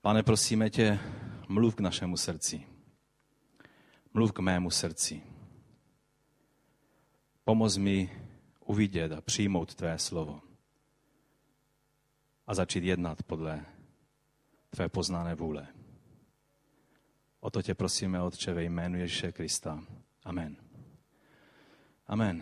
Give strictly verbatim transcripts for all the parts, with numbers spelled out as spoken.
Pane, prosíme tě, mluv k našemu srdci. Mluv k mému srdci. Pomoz mi uvidět a přijmout tvé slovo. A začít jednat podle tvé poznané vůle. O to tě prosíme, Otče, ve jménu Ježíše Krista. Amen. Amen.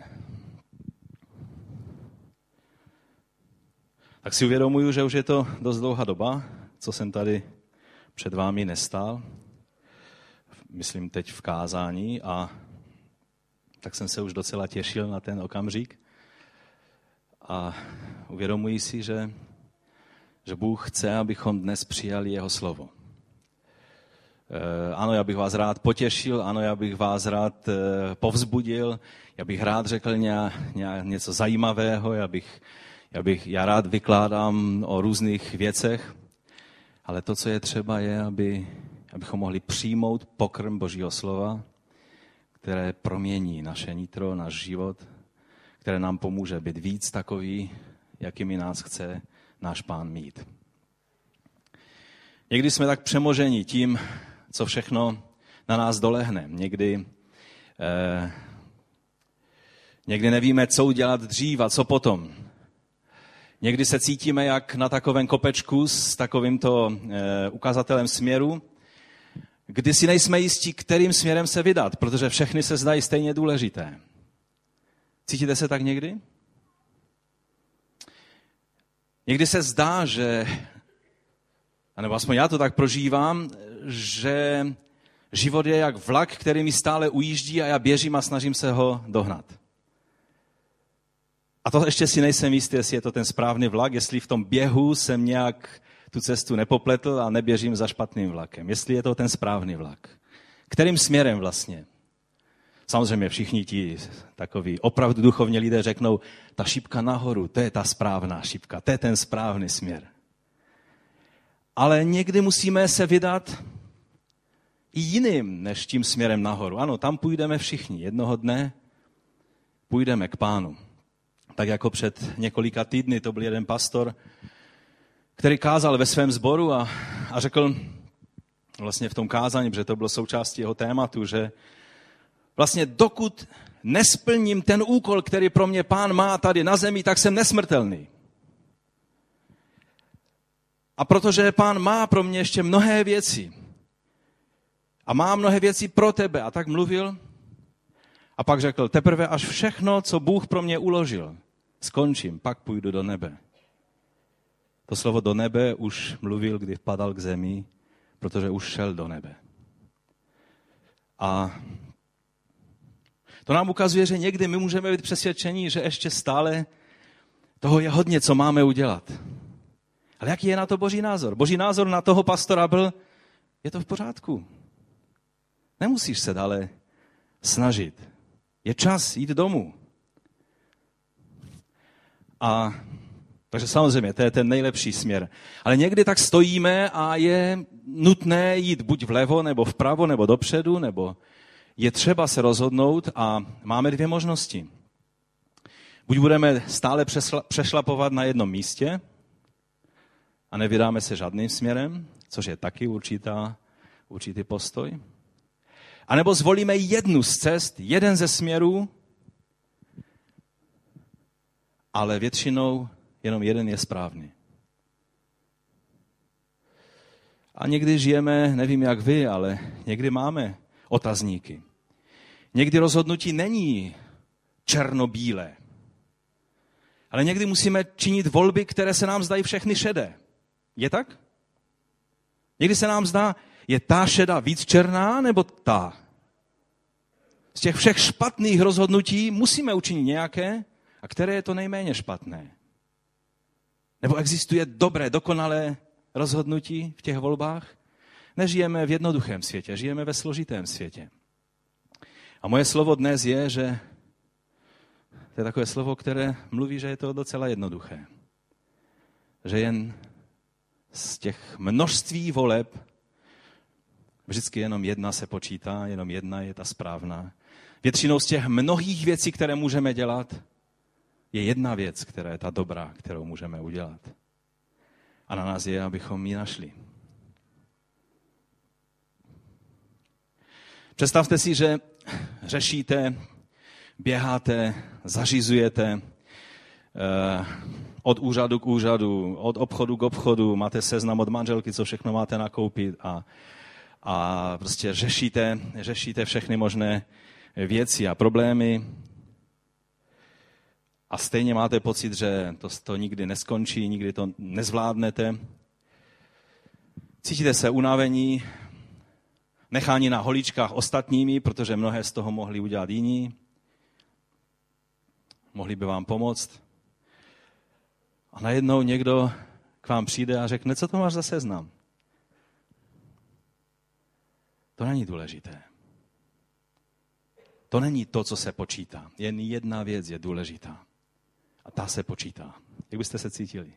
Tak si uvědomuju, že už je to dost dlouhá doba, co jsem tady před vámi nestál. Myslím teď v kázání a tak jsem se už docela těšil na ten okamžik. A uvědomuji si, že, že Bůh chce, abychom dnes přijali jeho slovo. Ano, já bych vás rád potěšil, ano, já bych vás rád povzbudil, já bych rád řekl ně, ně, něco zajímavého, já bych, já bych, já rád vykládám o různých věcech, ale to, co je třeba, je, aby, abychom mohli přijmout pokrm Božího slova, které promění naše nitro, náš život, které nám pomůže být víc takový, jakými nás chce náš Pán mít. Někdy jsme tak přemoženi tím, co všechno na nás dolehne. Někdy, eh, někdy nevíme, co udělat dřív a co potom. Někdy se cítíme jak na takovém kopečku s takovýmto eh, ukazatelem směru, kdy si nejsme jistí, kterým směrem se vydat, protože všechny se zdají stejně důležité. Cítíte se tak někdy? Někdy se zdá, že, anebo aspoň já to tak prožívám, že život je jak vlak, který mi stále ujíždí a já běžím a snažím se ho dohnat. A to ještě si nejsem jistý, jestli je to ten správný vlak, jestli v tom běhu jsem nějak tu cestu nepopletl a neběžím za špatným vlakem. Jestli je to ten správný vlak. Kterým směrem vlastně? Samozřejmě všichni ti takoví opravdu duchovní lidé řeknou, ta šipka nahoru, to je ta správná šipka, to je ten správný směr. Ale někdy musíme se vydat i jiným než tím směrem nahoru. Ano, tam půjdeme všichni. Jednoho dne půjdeme k Pánu. Tak jako před několika týdny to byl jeden pastor, který kázal ve svém sboru a, a řekl vlastně v tom kázání, protože to bylo součástí jeho tématu, že vlastně dokud nesplním ten úkol, který pro mě Pán má tady na zemi, tak jsem nesmrtelný. A protože Pán má pro mě ještě mnohé věci a má mnohé věci pro tebe a tak mluvil a pak řekl, teprve až všechno, co Bůh pro mě uložil, skončím, pak půjdu do nebe. To slovo do nebe už mluvil, kdy vpadal k zemi, protože už šel do nebe. A to nám ukazuje, že někdy my můžeme být přesvědčeni, že ještě stále toho je hodně, co máme udělat. Ale jaký je na to Boží názor? Boží názor na toho pastora byl, je to v pořádku. Nemusíš se dále snažit. Je čas jít domů. A takže samozřejmě, to je ten nejlepší směr. Ale někdy tak stojíme a je nutné jít buď vlevo, nebo vpravo, nebo dopředu, nebo je třeba se rozhodnout a máme dvě možnosti. Buď budeme stále přešlapovat na jednom místě a nevydáme se žádným směrem, což je taky určitá, určitý postoj. A nebo zvolíme jednu z cest, jeden ze směrů, ale většinou jenom jeden je správný. A někdy žijeme, nevím jak vy, ale někdy máme otazníky. Někdy rozhodnutí není černobílé. Ale někdy musíme činit volby, které se nám zdají všechny šedé. Je tak? Někdy se nám zdá, je ta šeda víc černá, nebo ta? Z těch všech špatných rozhodnutí musíme učinit nějaké, a které je to nejméně špatné. Nebo existuje dobré, dokonalé rozhodnutí v těch volbách? Nežijeme v jednoduchém světě, žijeme ve složitém světě. A moje slovo dnes je, že to je takové slovo, které mluví, že je to docela jednoduché. Že jen z těch množství voleb vždycky jenom jedna se počítá, jenom jedna je ta správná. Většinou z těch mnohých věcí, které můžeme dělat, je jedna věc, která je ta dobrá, kterou můžeme udělat. A na nás je, abychom ji našli. Představte si, že řešíte, běháte, zařizujete eh, od úřadu k úřadu, od obchodu k obchodu, máte seznam od manželky, co všechno máte nakoupit a, a prostě řešíte, řešíte všechny možné věci a problémy a stejně máte pocit, že to, to nikdy neskončí, nikdy to nezvládnete. Cítíte se unavení, necháni na holičkách ostatními, protože mnohé z toho mohli udělat jiní. Mohli by vám pomoct. A najednou někdo k vám přijde a řekne, co to máš za seznam? To není důležité. To není to, co se počítá. Jen jedna věc je důležitá. A ta se počítá. Jak byste se cítili?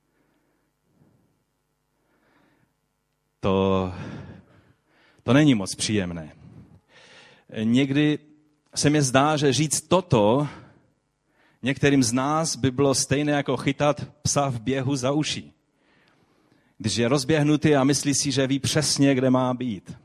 To, to není moc příjemné. Někdy se mi zdá, že říct toto některým z nás by bylo stejné jako chytat psa v běhu za uši. Když je rozběhnutý a myslí si, že ví přesně, kde má být.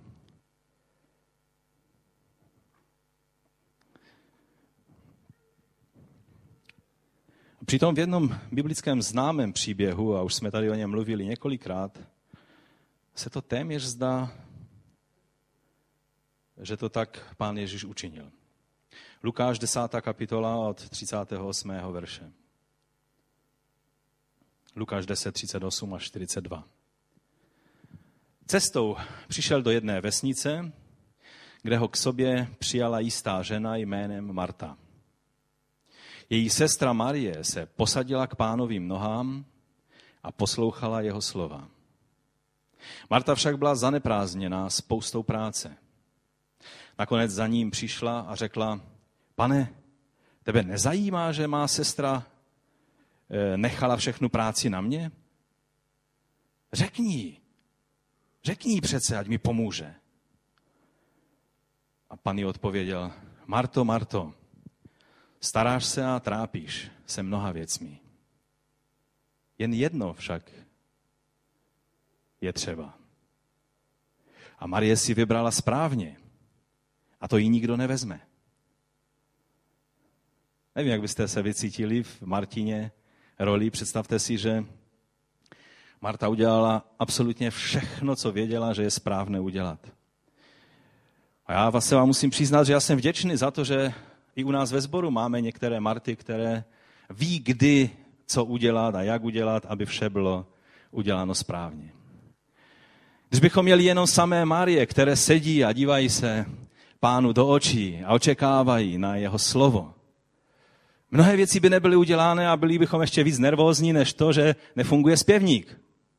Přitom v jednom biblickém známém příběhu, a už jsme tady o něm mluvili několikrát, se to téměř zdá, že to tak Pán Ježíš učinil. Lukáš desátá kapitola od třicátého osmého verše. Lukáš deset, třicet osm až čtyřicet dva. Cestou přišel do jedné vesnice, kde ho k sobě přijala jistá žena jménem Marta. Její sestra Marie se posadila k Pánovým nohám a poslouchala jeho slova. Marta však byla zaneprázdněná spoustou práce. Nakonec za ním přišla a řekla, Pane, tebe nezajímá, že má sestra nechala všechnu práci na mě? Řekni jí, řekni jí přece, ať mi pomůže. A Pán jí odpověděl, Marto, Marto, staráš se a trápíš se mnoha věcmi. Jen jedno však je třeba. A Marie si vybrala správně. A to jí nikdo nevezme. Nevím, jak byste se vycítili v Martině roli. Představte si, že Marta udělala absolutně všechno, co věděla, že je správné udělat. A já vás se vám musím přiznat, že já jsem vděčný za to, že i u nás ve sboru máme některé Marty, které ví, kdy co udělat a jak udělat, aby vše bylo uděláno správně. Když bychom měli jenom samé Marie, které sedí a dívají se Pánu do očí a očekávají na jeho slovo, mnohé věci by nebyly udělány a byli bychom ještě víc nervózní, než to, že nefunguje zpěvník.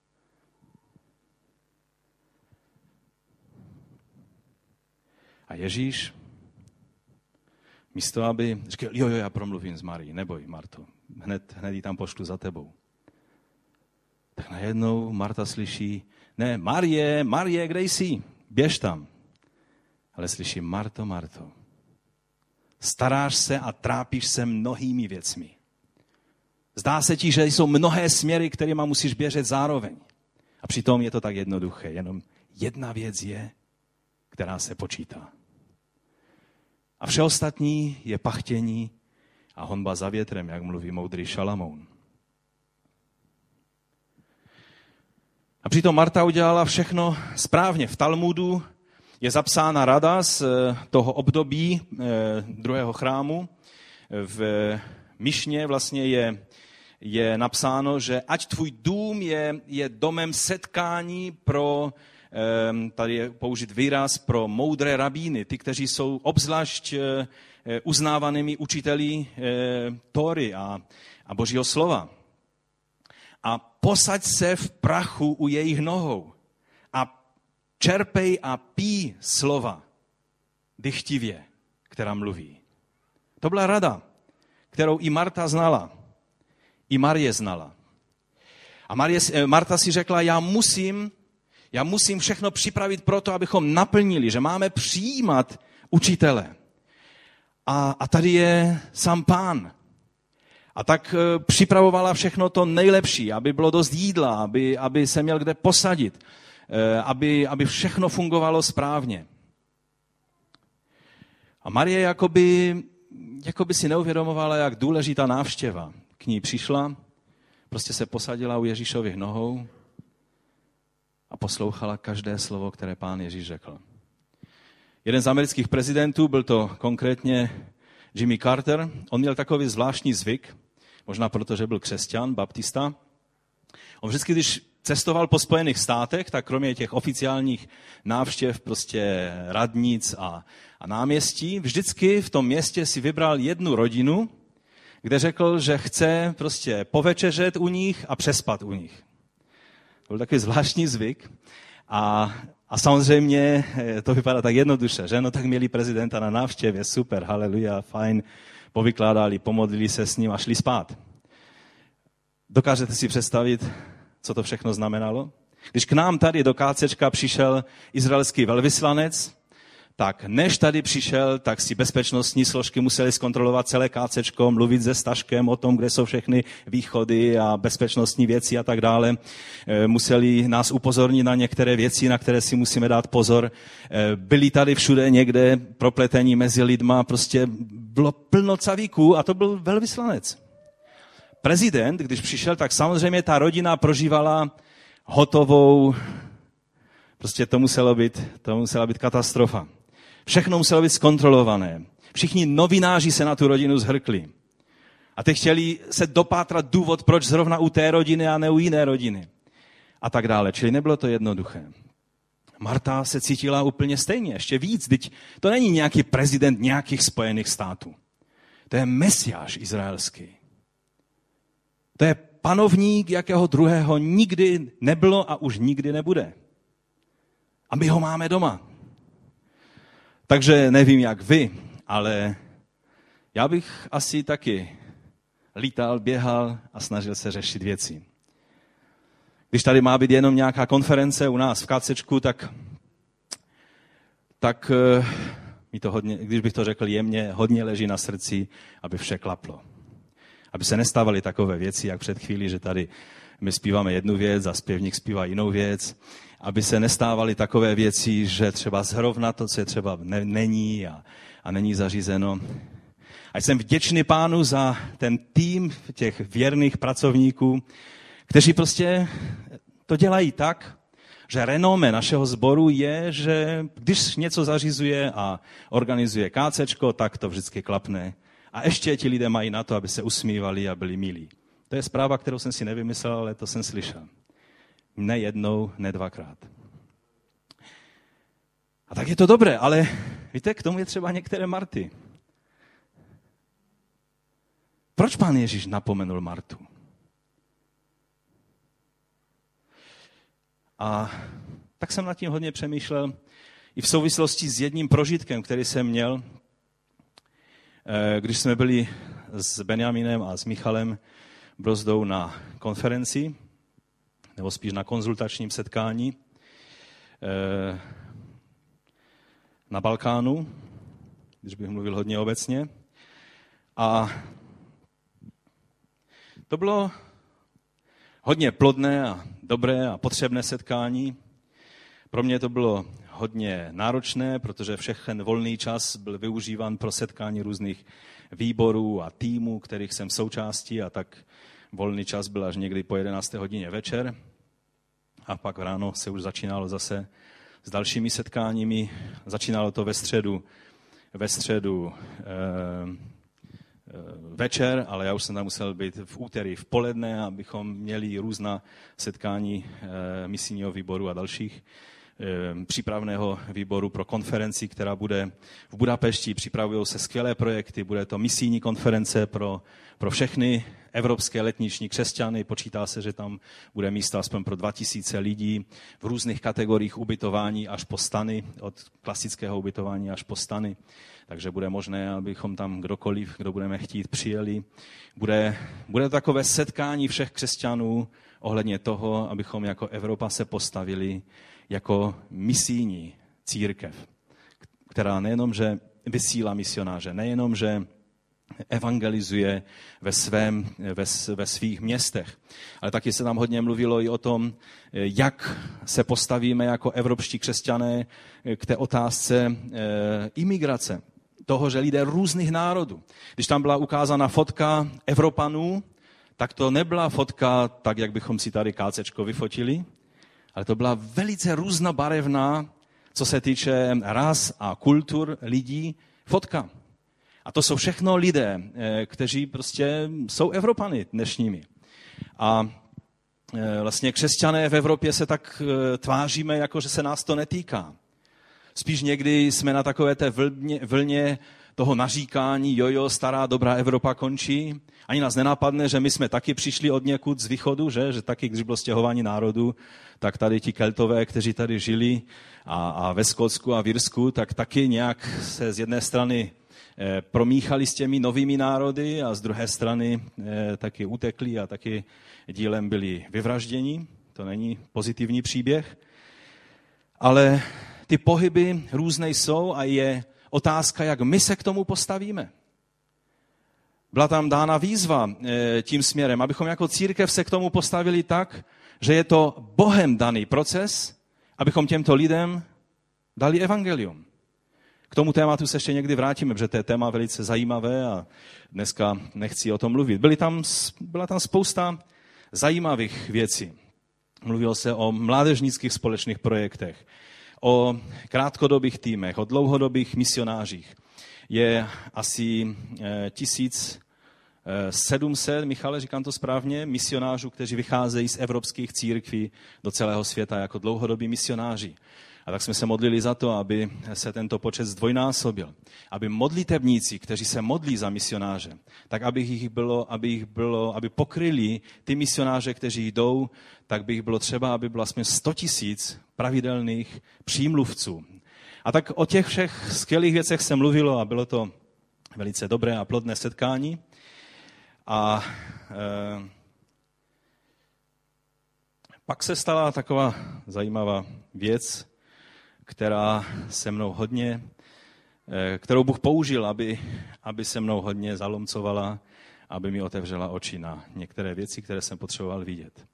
A Ježíš, místo aby říkal, jo, jo, já promluvím s Marií, neboj, Marto, hned, hned ji tam pošlu za tebou. Tak najednou Marta slyší, ne, Marie, Marie, kde jsi? Běž tam. Ale slyší, Marto, Marto, staráš se a trápíš se mnohými věcmi. Zdá se ti, že jsou mnohé směry, kterými musíš běžet zároveň. A přitom je to tak jednoduché. Jenom jedna věc je, která se počítá. A vše ostatní je pachtění a honba za větrem, jak mluví moudrý Šalamoun. A přitom Marta udělala všechno správně. V Talmudu je zapsána rada z toho období druhého chrámu. V Mišně vlastně je, je napsáno, že ať tvůj dům je, je domem setkání pro, tady je použit výraz, pro moudré rabíny, ty, kteří jsou obzvlášť uznávanými učiteli Tóry a, a Božího slova. A posaď se v prachu u jejich nohou a čerpej a pí slova dychtivě, která mluví. To byla rada, kterou i Marta znala, i Marie znala. A Marie, Marta si řekla, já musím, já musím všechno připravit pro to, abychom naplnili, že máme přijímat učitele. A, a tady je sám Pán. A tak připravovala všechno to nejlepší, aby bylo dost jídla, aby, aby se měl kde posadit, aby, aby všechno fungovalo správně. A Marie jakoby, jakoby si neuvědomovala, jak důležitá návštěva k ní přišla, prostě se posadila u Ježíšových nohou a poslouchala každé slovo, které pán Ježíš řekl. Jeden z amerických prezidentů, byl to konkrétně Jimmy Carter, on měl takový zvláštní zvyk, možná proto, že byl křesťan, baptista. On vždycky, když cestoval po Spojených státech, tak kromě těch oficiálních návštěv, prostě radnic a, a náměstí, vždycky v tom městě si vybral jednu rodinu, kde řekl, že chce prostě povečeřet u nich a přespat u nich. To byl takový zvláštní zvyk. A, a samozřejmě to vypadá tak jednoduše, že? No tak měli prezidenta na návštěvě, super, haleluja, fajn, povykládali, pomodlili se s ním a šli spát. Dokážete si představit, co to všechno znamenalo? Když k nám tady do kácečka přišel izraelský velvyslanec, tak než tady přišel, tak si bezpečnostní složky museli zkontrolovat celé kácečko, mluvit se Staškem o tom, kde jsou všechny východy a bezpečnostní věci a tak dále. Museli nás upozornit na některé věci, na které si musíme dát pozor. Byli tady všude někde propletení mezi lidma, prostě bylo plno cavíků a to byl velvyslanec. Prezident, když přišel, tak samozřejmě ta rodina prožívala hotovou, prostě to muselo být, to musela být katastrofa. Všechno muselo být zkontrolované. Všichni novináři se na tu rodinu zhrkli. A teď chtěli se dopátrat důvod, proč zrovna u té rodiny a ne u jiné rodiny. A tak dále. Čili nebylo to jednoduché. Marta se cítila úplně stejně, ještě víc. Teď to není nějaký prezident nějakých Spojených států. To je Mesiáš izraelský. To je panovník, jakého druhého nikdy nebylo a už nikdy nebude. A my ho máme doma. Takže nevím, jak vy, ale já bych asi taky lítal, běhal a snažil se řešit věci. Když tady má být jenom nějaká konference u nás v kácečku, tak, tak mi to hodně, když bych to řekl jemně, hodně leží na srdci, aby vše klaplo. Aby se nestávaly takové věci, jak před chvílí, že tady my zpíváme jednu věc a zpěvník zpívá jinou věc. Aby se nestávaly takové věci, že třeba zrovna to, co je třeba ne, není a, a není zařízeno. A jsem vděčný Pánu za ten tým těch věrných pracovníků, kteří prostě to dělají tak, že renomé našeho sboru je, že když něco zařizuje a organizuje kácečko, tak to vždycky klapne. A ještě ti lidé mají na to, aby se usmívali a byli milí. To je zpráva, kterou jsem si nevymyslel, ale to jsem slyšel. Ne jednou, ne dvakrát. A tak je to dobré, ale víte, k tomu je třeba některé Marty. Proč pán Ježíš napomenul Martu? A tak jsem nad tím hodně přemýšlel i v souvislosti s jedním prožitkem, který jsem měl, když jsme byli s Benjaminem a s Michalem Brozdou na konferenci, nebo spíš na konzultačním setkání na Balkánu, když bych mluvil hodně obecně. A to bylo hodně plodné a dobré a potřebné setkání. Pro mě to bylo hodně náročné, protože všechen volný čas byl využíván pro setkání různých výborů a týmů, kterých jsem součástí, a tak volný čas byl až někdy po jedenácté hodině večer. A pak ráno se už začínalo zase s dalšími setkáními. Začínalo to ve středu, ve středu e, večer, ale já už jsem tam musel být v úterý v poledne, abychom měli různá setkání e, misijního výboru a dalších e, přípravného výboru pro konferenci, která bude v Budapešti. Připravují se skvělé projekty, bude to misijní konference pro, pro všechny evropské letniční křesťany. Počítá se, že tam bude místo aspoň pro dva tisíce lidí v různých kategoriích ubytování až po stany, od klasického ubytování až po stany. Takže bude možné, abychom tam kdokoliv, kdo budeme chtít, přijeli. Bude, bude takové setkání všech křesťanů ohledně toho, abychom jako Evropa se postavili jako misijní církev, která nejenom, že vysílá misionáře, nejenom, že evangelizuje ve, svém, ve, ve svých městech. Ale taky se tam hodně mluvilo i o tom, jak se postavíme jako evropští křesťané k té otázce e, imigrace. toho, že lidé různých národů. Když tam byla ukázána fotka Evropanů, tak to nebyla fotka tak, jak bychom si tady kácečko vyfotili, ale to byla velice různobarevná, co se týče ras a kultur lidí, fotka. A to jsou všechno lidé, kteří prostě jsou Evropany dnešními. A vlastně křesťané v Evropě se tak tváříme, jako že se nás to netýká. Spíš někdy jsme na takové té vlně, vlně toho naříkání, jojo, stará dobrá Evropa končí. Ani nás nenapadne, že my jsme taky přišli od někud z východu, že, že taky, když bylo stěhování národů, tak tady ti Keltové, kteří tady žili a, a ve Skotsku a v Irsku, tak taky nějak se z jedné strany eh, promíchali s těmi novými národy a z druhé strany eh, taky utekli a taky dílem byli vyvražděni. To není pozitivní příběh. Ale ty pohyby různé jsou a je otázka, jak my se k tomu postavíme. Byla tam dána výzva tím směrem, abychom jako církev se k tomu postavili tak, že je to Bohem daný proces, abychom těmto lidem dali evangelium. K tomu tématu se ještě někdy vrátíme, protože to je téma velice zajímavé a dneska nechci o tom mluvit. Byly tam, byla tam spousta zajímavých věcí. Mluvilo se o mládežnických společných projektech, o krátkodobých týmech, o dlouhodobých misionářích. Je asi tisíc sedm set, Michale, říkám to správně, misionářů, kteří vycházejí z evropských církví do celého světa jako dlouhodobí misionáři. A tak jsme se modlili za to, aby se tento počet zdvojnásobil. Aby modlitebníci, kteří se modlí za misionáře, tak aby jich bylo, aby jich bylo, aby pokryli ty misionáře, kteří jdou, tak by jich bylo třeba, aby bylo aspoň sto tisíc pravidelných přímluvců. A tak o těch všech skvělých věcech se mluvilo a bylo to velice dobré a plodné setkání. A e, pak se stala taková zajímavá věc, která se mnou hodně, e, kterou Bůh použil, aby, aby se mnou hodně zalomcovala, aby mi otevřela oči na některé věci, které jsem potřeboval vidět.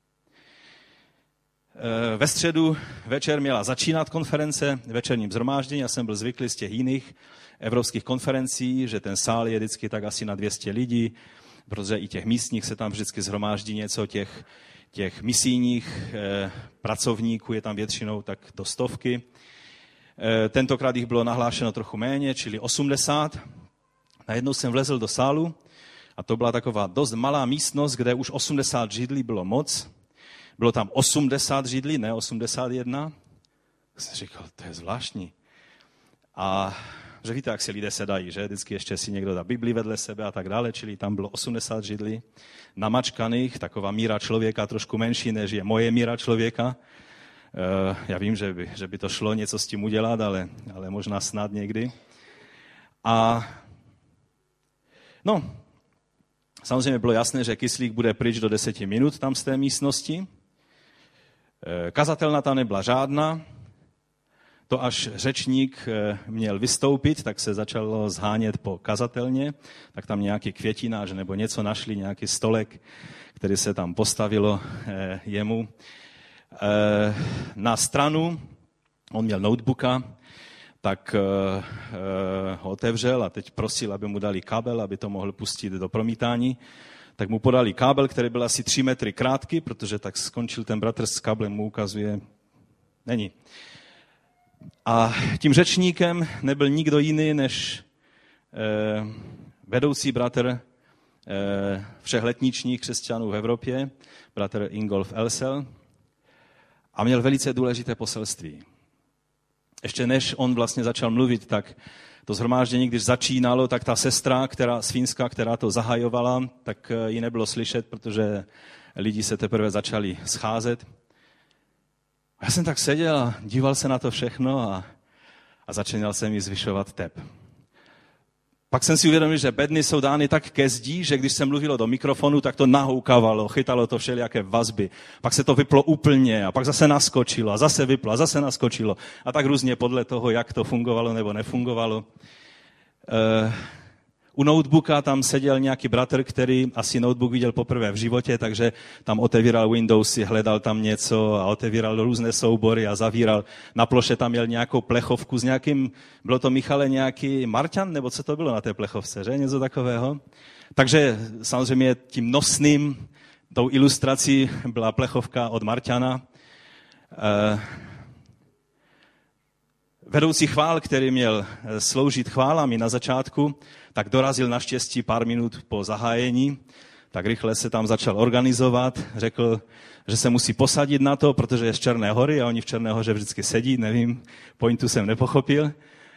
E, ve středu večer měla začínat konference večerním shromáždění. Já jsem byl zvyklý z těch jiných evropských konferencí, že ten sál je vždycky tak asi na dvě stě lidí, protože i těch místních se tam vždycky shromáždí něco, těch, těch misijních eh, pracovníků je tam většinou tak do stovky. Eh, tentokrát jich bylo nahlášeno trochu méně, čili osmdesát. Najednou jsem vlezl do sálu a to byla taková dost malá místnost, kde už osmdesát židlí bylo moc. Bylo tam osmdesát židlí, ne osmdesát jedna. Tak jsem říkal, to je zvláštní. A že víte, jak si lidé sedají, že? Vždycky ještě si někdo dá Bibli vedle sebe a tak dále, čili tam bylo osmdesát židlí namačkaných, taková míra člověka trošku menší, než je moje míra člověka. Já vím, že by, že by to šlo něco s tím udělat, ale, ale možná snad někdy. A no, samozřejmě bylo jasné, že kyslík bude pryč do deseti minut tam z té místnosti. Kazatelna tam nebyla žádná. To až řečník měl vystoupit, tak se začalo zhánět po kazatelně, tak tam nějaký květinář nebo něco našli, nějaký stolek, který se tam postavilo jemu. Na stranu, on měl notebooka, tak ho otevřel a teď prosil, aby mu dali kabel, aby to mohl pustit do promítání. Tak mu podali kábel, který byl asi tři metry krátký, protože tak skončil ten bratr s kablem, mu ukazuje, není. A tím řečníkem nebyl nikdo jiný než eh, vedoucí bratr eh, všech letničních křesťanů v Evropě, bratr Ingolf Elsel, a měl velice důležité poselství. Ještě než on vlastně začal mluvit, tak to shromáždění, když začínalo, tak ta sestra, která, z Fínska, která to zahajovala, tak ji nebylo slyšet, protože lidi se teprve začali scházet. A já jsem tak seděl a díval se na to všechno a, a začínal jsem mi zvyšovat tep. Pak jsem si uvědomil, že bedny jsou dány tak ke zdi, že když se mluvilo do mikrofonu, tak to nahoukávalo, chytalo to všelijaké vazby. Pak se to vyplo úplně a pak zase naskočilo a zase vyplo a zase naskočilo. A tak různě podle toho, jak to fungovalo nebo nefungovalo. Uh, U notebooka tam seděl nějaký bratr, který asi notebook viděl poprvé v životě, takže tam otevíral Windowsy, hledal tam něco a otevíral různé soubory a zavíral. Na ploše tam měl nějakou plechovku s nějakým, bylo to, Michale, nějaký Marťan, nebo co to bylo na té plechovce, že? Něco takového. Takže samozřejmě tím nosným, tou ilustrací byla plechovka od Marťana. Vedoucí chvál, který měl sloužit chválami na začátku, tak dorazil naštěstí pár minut po zahájení, tak rychle se tam začal organizovat, řekl, že se musí posadit na to, protože je z Černé hory a oni v Černé hoře vždycky sedí, nevím, pointu jsem nepochopil.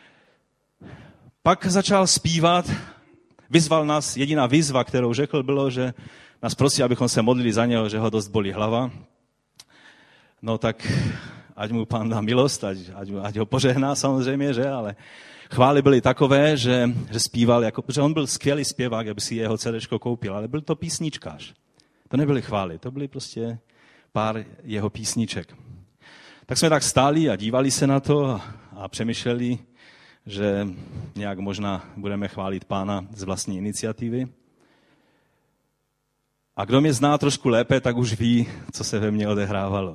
Pak začal zpívat, vyzval nás, jediná výzva, kterou řekl, bylo, že nás prosí, abychom se modlili za něho, že ho dost bolí hlava. No tak ať mu Pán dá milost, ať, ať, ať ho požehná samozřejmě, že, ale chvály byly takové, že, že zpíval, jako, že on byl skvělý zpěvák, aby si jeho cédéčko koupil, ale byl to písničkář. To nebyly chvály, to byly prostě pár jeho písniček. Tak jsme tak stáli a dívali se na to a, a přemýšleli, že nějak možná budeme chválit Pána z vlastní iniciativy. A kdo mě zná trošku lépe, tak už ví, co se ve mně odehrávalo.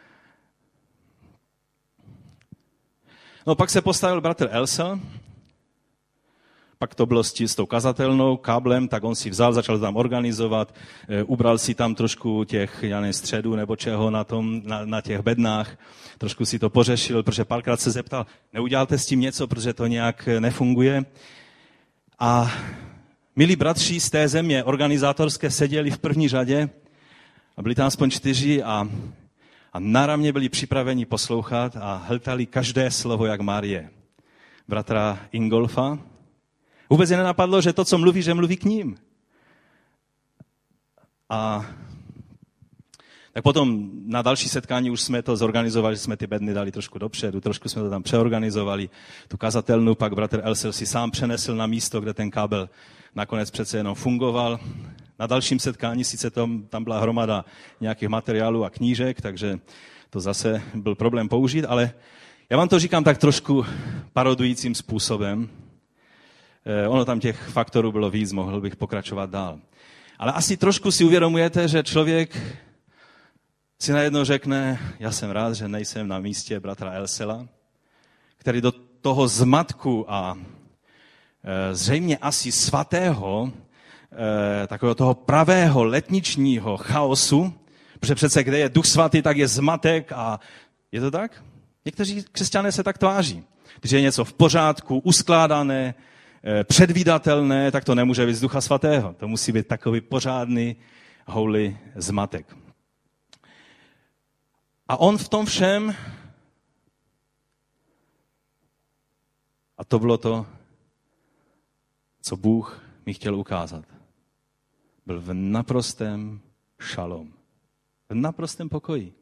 No pak se postavil bratr Elsel, pak to bylo s tou kazatelnou, káblem, tak on si vzal, začal tam organizovat, ubral si tam trošku těch, já nevím, středů nebo čeho na, tom, na, na těch bednách, trošku si to pořešil, protože párkrát se zeptal, neuděláte s tím něco, protože to nějak nefunguje. A milí bratři z té země organizátorské seděli v první řadě a byli tam aspoň čtyři a A náramně byli připraveni poslouchat a hltali každé slovo, jak Marie, bratra Ingolfa. Vůbec je nenapadlo, že to, co mluví, že mluví k ním. A tak potom na další setkání už jsme to zorganizovali, že jsme ty bedny dali trošku dopředu, trošku jsme to tam přeorganizovali. Tu kazatelnu pak bratr Elsel si sám přenesl na místo, kde ten kábel nakonec přece jenom fungoval. Na dalším setkání sice tam, tam byla hromada nějakých materiálů a knížek, takže to zase byl problém použít, ale já vám to říkám tak trošku parodujícím způsobem. Eh, ono tam těch faktorů bylo víc, mohl bych pokračovat dál. Ale asi trošku si uvědomujete, že člověk si najednou řekne, já jsem rád, že nejsem na místě bratra Elsela, který do toho zmatku a eh, zřejmě asi svatého, takového toho pravého letničního chaosu, protože přece kde je Duch Svatý, tak je zmatek a je to tak? Někteří křesťané se tak tváří. Když je něco v pořádku, uskládané, předvídatelné, tak to nemůže být z Ducha Svatého. To musí být takový pořádný holy zmatek. A on v tom všem, a to bylo to, co Bůh mi chtěl ukázat, byl v naprostém šalom. V naprostém pokoji.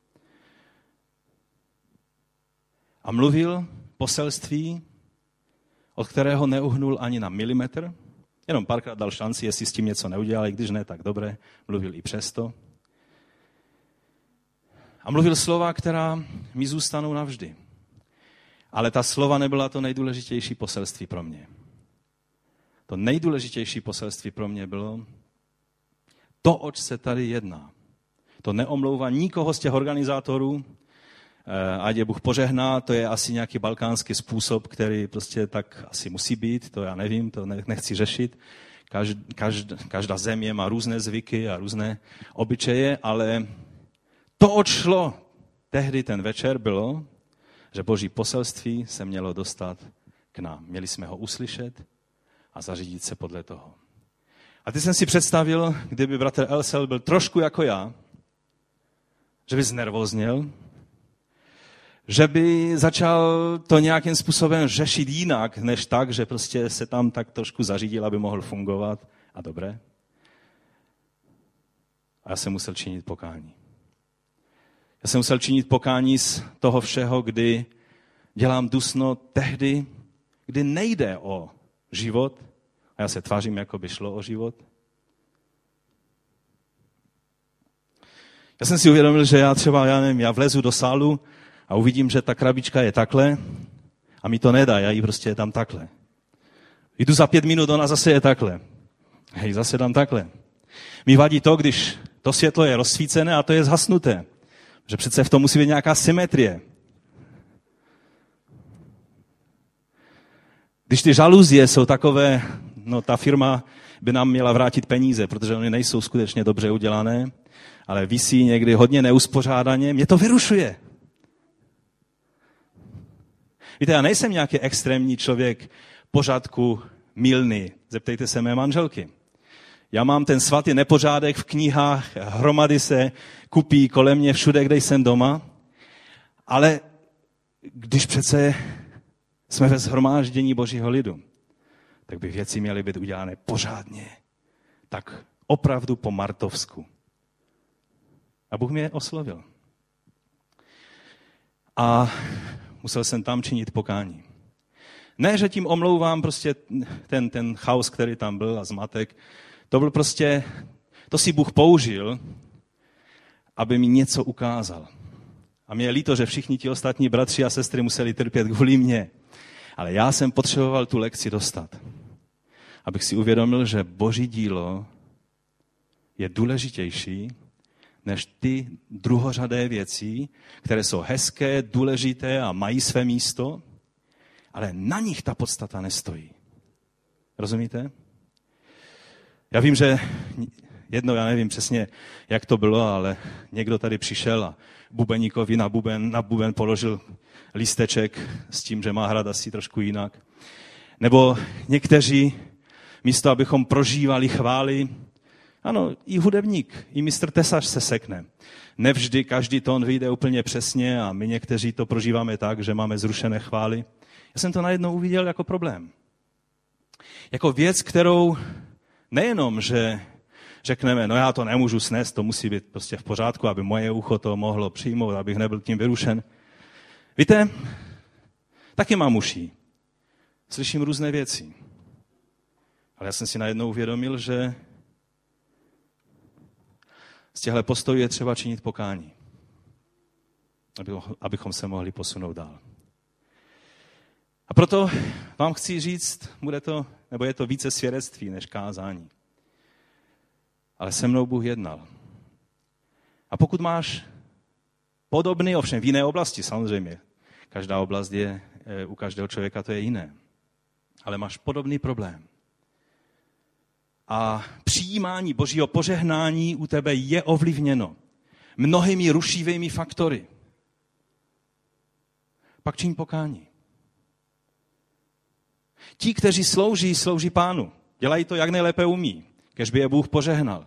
A mluvil poselství, od kterého neuhnul ani na milimetr. Jenom párkrát dal šanci, jestli s tím něco neudělal, i když ne, tak dobré. Mluvil i přesto. A mluvil slova, která mi zůstanou navždy. Ale ta slova nebyla to nejdůležitější poselství pro mě. To nejdůležitější poselství pro mě bylo to, oč se tady jedná. To neomlouvá nikoho z těch organizátorů, ať je Bůh požehná, to je asi nějaký balkánský způsob, který prostě tak asi musí být, to já nevím, to nechci řešit. Každ, každ, každá země má různé zvyky a různé obyčeje, ale to, oč šlo tehdy ten večer, bylo, že Boží poselství se mělo dostat k nám. Měli jsme ho uslyšet a zařídit se podle toho. A teď jsem si představil, kdyby bratr Elsel byl trošku jako já, že by znervozněl, že by začal to nějakým způsobem řešit jinak, než tak, že prostě se tam tak trošku zařídil, aby mohl fungovat. A dobré. A já jsem musel činit pokání. Já jsem musel činit pokání z toho všeho, kdy dělám dusno tehdy, kdy nejde o život, a já se tvářím, jako by šlo o život. Já jsem si uvědomil, že já třeba, já nevím, já vlezu do sálu a uvidím, že ta krabička je takhle a mi to nedá, já ji prostě tam takhle. Jdu za pět minut, ona zase je takhle. Hej, zase dám takhle. Mi vadí to, když to světlo je rozsvícené a to je zhasnuté. Že přece v tom musí být nějaká symetrie. Když ty žaluzie jsou takové, no ta firma by nám měla vrátit peníze, protože oni nejsou skutečně dobře udělané, ale visí někdy hodně neuspořádaně, mě to vyrušuje. Víte, já nejsem nějaký extrémní člověk, pořádku mylný. Zeptejte se mé manželky. Já mám ten svatý nepořádek v knihách, hromady se kupí kolem mě všude, kde jsem doma, ale když přece jsme ve shromáždění Božího lidu, tak by věci měly být udělané pořádně, tak opravdu po martovsku. A Bůh mě oslovil. A musel jsem tam činit pokání. Ne, že tím omlouvám prostě ten, ten chaos, který tam byl a zmatek. To byl prostě, to si Bůh použil, aby mi něco ukázal. A mě je líto, že všichni ti ostatní bratři a sestry museli trpět kvůli mně. Ale já jsem potřeboval tu lekci dostat. Abych si uvědomil, že Boží dílo je důležitější než ty druhořadé věci, které jsou hezké, důležité a mají své místo, ale na nich ta podstata nestojí. Rozumíte? Já vím, že jednou, já nevím přesně, jak to bylo, ale někdo tady přišel a bubeníkovi na buben, na buben položil lísteček s tím, že má hrát asi trošku jinak. Nebo někteří, místo abychom prožívali chvály, ano, i hudebník, i mistr tesař se sekne. Nevždy každý tón vyjde úplně přesně a my někteří to prožíváme tak, že máme zrušené chvály. Já jsem to najednou uviděl jako problém. Jako věc, kterou nejenom, že řekneme, no já to nemůžu snést, to musí být prostě v pořádku, aby moje ucho to mohlo přijmout, abych nebyl tím vyrušen. Víte, taky mám uší. Slyším různé věci. Ale já jsem si najednou uvědomil, že z těchto postojů je třeba činit pokání, abychom se mohli posunout dál. A proto vám chci říct, bude to, nebo je to více svědectví než kázání. Ale se mnou Bůh jednal. A pokud máš podobný, ovšem v jiné oblasti samozřejmě, každá oblast je, u každého člověka to je jiné, ale máš podobný problém. A přijímání Božího požehnání u tebe je ovlivněno mnohými rušivými faktory. Pak čiň pokání. Ti, kteří slouží, slouží Pánu. Dělají to, jak nejlépe umí, kež by je Bůh požehnal.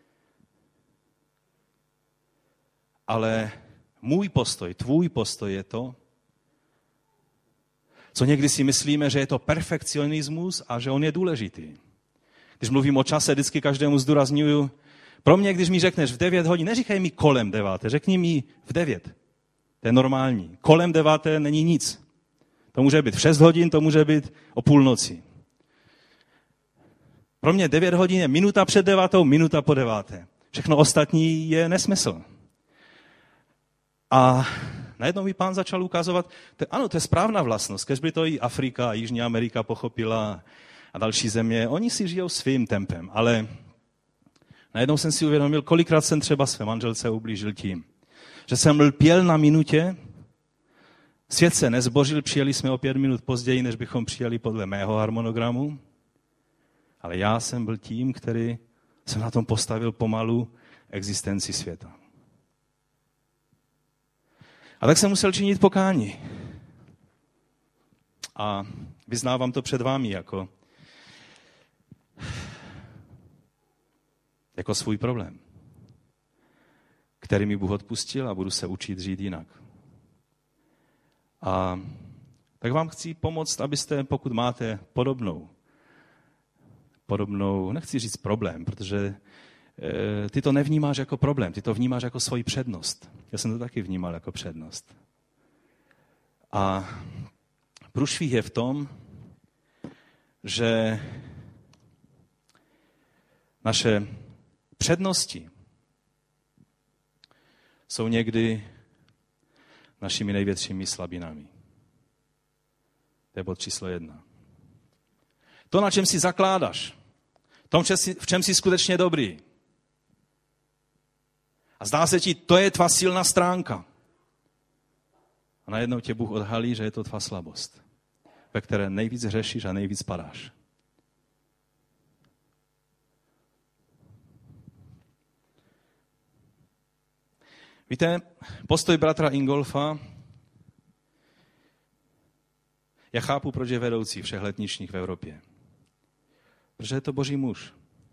Ale můj postoj, tvůj postoj je to, co někdy si myslíme, že je to perfekcionismus a že on je důležitý. Když mluvím o čase, vždycky každému zdůrazňuju, pro mě, když mi řekneš v devět hodin, neříkej mi kolem deváté, řekni mi v devět. To je normální. Kolem deváté není nic. To může být v šest hodin, to může být o půlnoci. Pro mě devět hodin je minuta před devátou, minuta po deváté. Všechno ostatní je nesmysl. A najednou mi Pán začal ukazovat, to, ano, to je správná vlastnost, kež by to i Afrika, Jižní Amerika pochopila a další země. Oni si žijou svým tempem, ale najednou jsem si uvědomil, kolikrát jsem třeba své manželce ublížil tím, že jsem lpěl na minutě, svět se nezbořil, přijeli jsme o pět minut později, než bychom přijeli podle mého harmonogramu, ale já jsem byl tím, který jsem na tom postavil pomalu existenci světa. A tak jsem musel činit pokání. A vyznávám to před vámi jako, jako svůj problém, který mi Bůh odpustil a budu se učit žít jinak. A tak vám chci pomoct, abyste, pokud máte podobnou, podobnou, nechci říct problém, protože e, ty to nevnímáš jako problém, ty to vnímáš jako svoji přednost. Já jsem to taky vnímal jako přednost. A průšvih je v tom, že naše přednosti jsou někdy našimi největšími slabinami. To je bod číslo jedna. To, na čem si zakládáš. Tom, v čem jsi skutečně dobrý. A zdá se ti, to je tvá silná stránka. A najednou tě Bůh odhalí, že je to tvá slabost, ve které nejvíc hřešíš a nejvíc padáš. Víte, postoj bratra Ingolfa, já chápu, proč je vedoucí všech letničních v Evropě. Protože je to boží muž.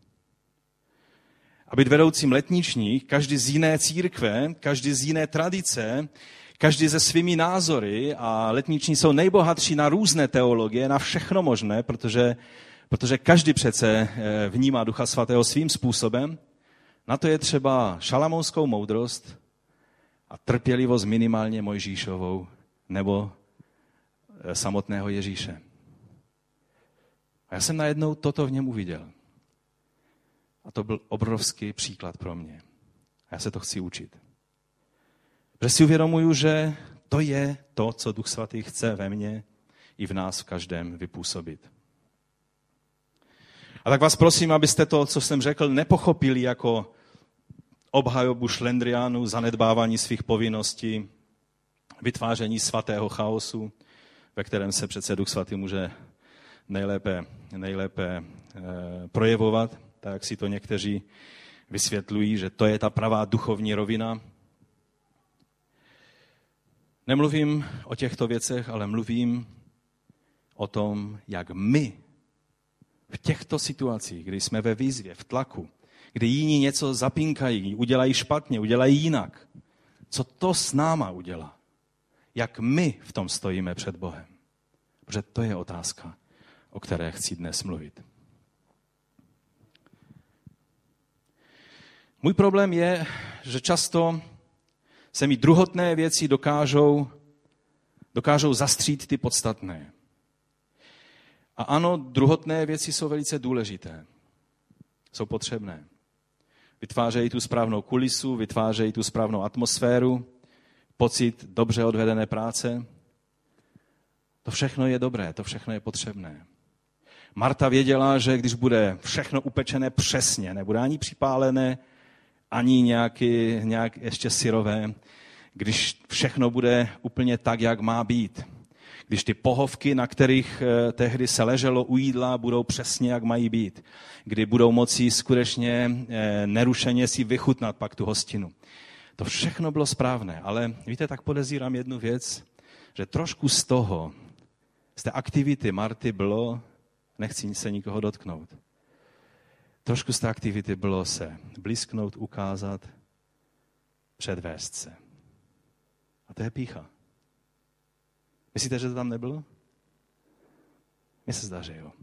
A být vedoucím letničních, každý z jiné církve, každý z jiné tradice, každý se svými názory a letniční jsou nejbohatší na různé teologie, na všechno možné, protože, protože každý přece vnímá Ducha Svatého svým způsobem. Na to je třeba šalamounskou moudrost a trpělivost minimálně Mojžíšovou nebo samotného Ježíše. A já jsem najednou toto v něm uviděl. A to byl obrovský příklad pro mě. A já se to chci učit. Protože si uvědomuju, že to je to, co Duch Svatý chce ve mně i v nás v každém vypůsobit. A tak vás prosím, abyste to, co jsem řekl, nepochopili jako obhajobu šlendriánu, zanedbávání svých povinností, vytváření svatého chaosu, ve kterém se přece Duch Svatý může nejlépe, nejlépe e, projevovat, tak jak si to někteří vysvětlují, že to je ta pravá duchovní rovina. Nemluvím o těchto věcech, ale mluvím o tom, jak my v těchto situacích, kdy jsme ve výzvě, v tlaku, kdy jiní něco zapinkají, udělají špatně, udělají jinak, co to s náma udělá. Jak my v tom stojíme před Bohem. Protože to je otázka, o které chci dnes mluvit. Můj problém je, že často se mi druhotné věci dokážou, dokážou zastřít ty podstatné. A ano, druhotné věci jsou velice důležité. Jsou potřebné. Vytvářejí tu správnou kulisu, vytvářejí tu správnou atmosféru, pocit dobře odvedené práce. To všechno je dobré, to všechno je potřebné. Marta věděla, že když bude všechno upečené přesně, nebude ani připálené, ani nějaký, nějak ještě syrové, když všechno bude úplně tak, jak má být. Když ty pohovky, na kterých tehdy se leželo u jídla, budou přesně, jak mají být. Kdy budou moci skutečně nerušeně si vychutnat pak tu hostinu. To všechno bylo správné, ale víte, tak podezírám jednu věc, že trošku z toho, z té aktivity Marty bylo, nechci se nikoho dotknout, trošku z té aktivity bylo se blízknout, ukázat, předvést se. A to je pýcha. Myslíte, že to tam nebylo? Mně se zdá, že jo.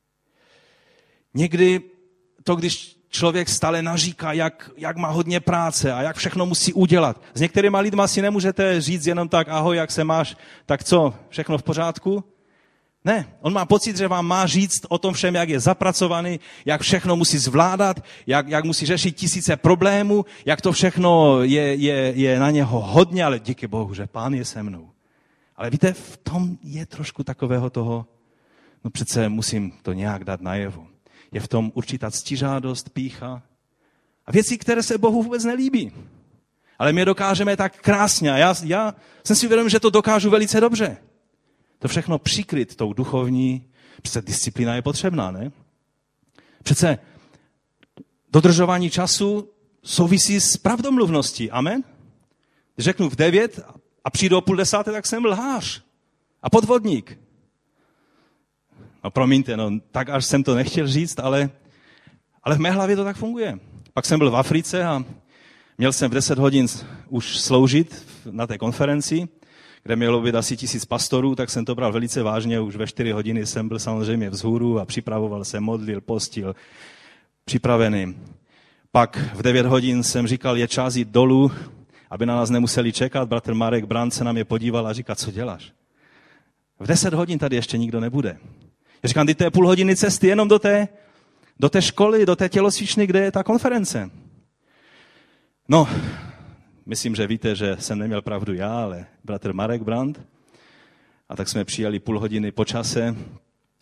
Někdy to, když člověk stále naříká, jak, jak má hodně práce a jak všechno musí udělat. S některýma lidma si nemůžete říct jenom tak, ahoj, jak se máš, tak co, všechno v pořádku? Ne, on má pocit, že vám má říct o tom všem, jak je zapracovaný, jak všechno musí zvládat, jak, jak musí řešit tisíce problémů, jak to všechno je, je, je na něho hodně, ale díky Bohu, že Pán je se mnou. Ale víte, v tom je trošku takového toho, no přece musím to nějak dát najevo. Je v tom určitá ctižádost, pýcha a věci, které se Bohu vůbec nelíbí. Ale my je dokážeme tak krásně a já, já jsem si uvědomil, že to dokážu velice dobře. To všechno přikryt tou duchovní, přece disciplína je potřebná, ne? Přece dodržování času souvisí s pravdomluvností, amen? Když řeknu v devět a přijdu o půl desáté, tak jsem lhář a podvodník. No promiňte, no, tak až jsem to nechtěl říct, ale, ale v mé hlavě to tak funguje. Pak jsem byl v Africe a měl jsem v deset hodin už sloužit na té konferenci, kde mělo být asi tisíc pastorů, tak jsem to bral velice vážně. Už ve čtyři hodiny jsem byl samozřejmě vzhůru a připravoval se, modlil, postil, připravený. Pak v devět hodin jsem říkal, je čas jít dolů, aby na nás nemuseli čekat. Bratr Marek Brand se na mě podíval a říká, co děláš? V deset hodin tady ještě nikdo nebude. Já říkám, to je půl hodiny cesty jenom do té, do té školy, do té tělocvičny, kde je ta konference. No, myslím, že víte, že jsem neměl pravdu já, ale bratr Marek Brand. A tak jsme přijeli půl hodiny po čase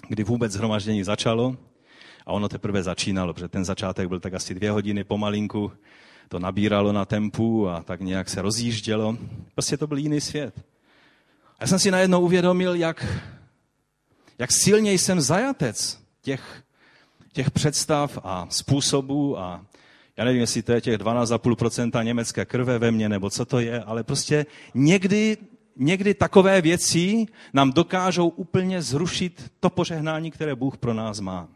kdy vůbec shromaždění začalo. A ono teprve začínalo, protože ten začátek byl tak asi dvě hodiny pomalinku, to nabíralo na tempu a tak nějak se rozjíždělo. Prostě to byl jiný svět. A já jsem si najednou uvědomil, jak, jak silně jsem zajatec těch, těch představ a způsobů a já nevím, jestli to je těch dvanáct celá pět procenta německé krve ve mně, nebo co to je, ale prostě někdy, někdy takové věci nám dokážou úplně zrušit to požehnání, které Bůh pro nás má.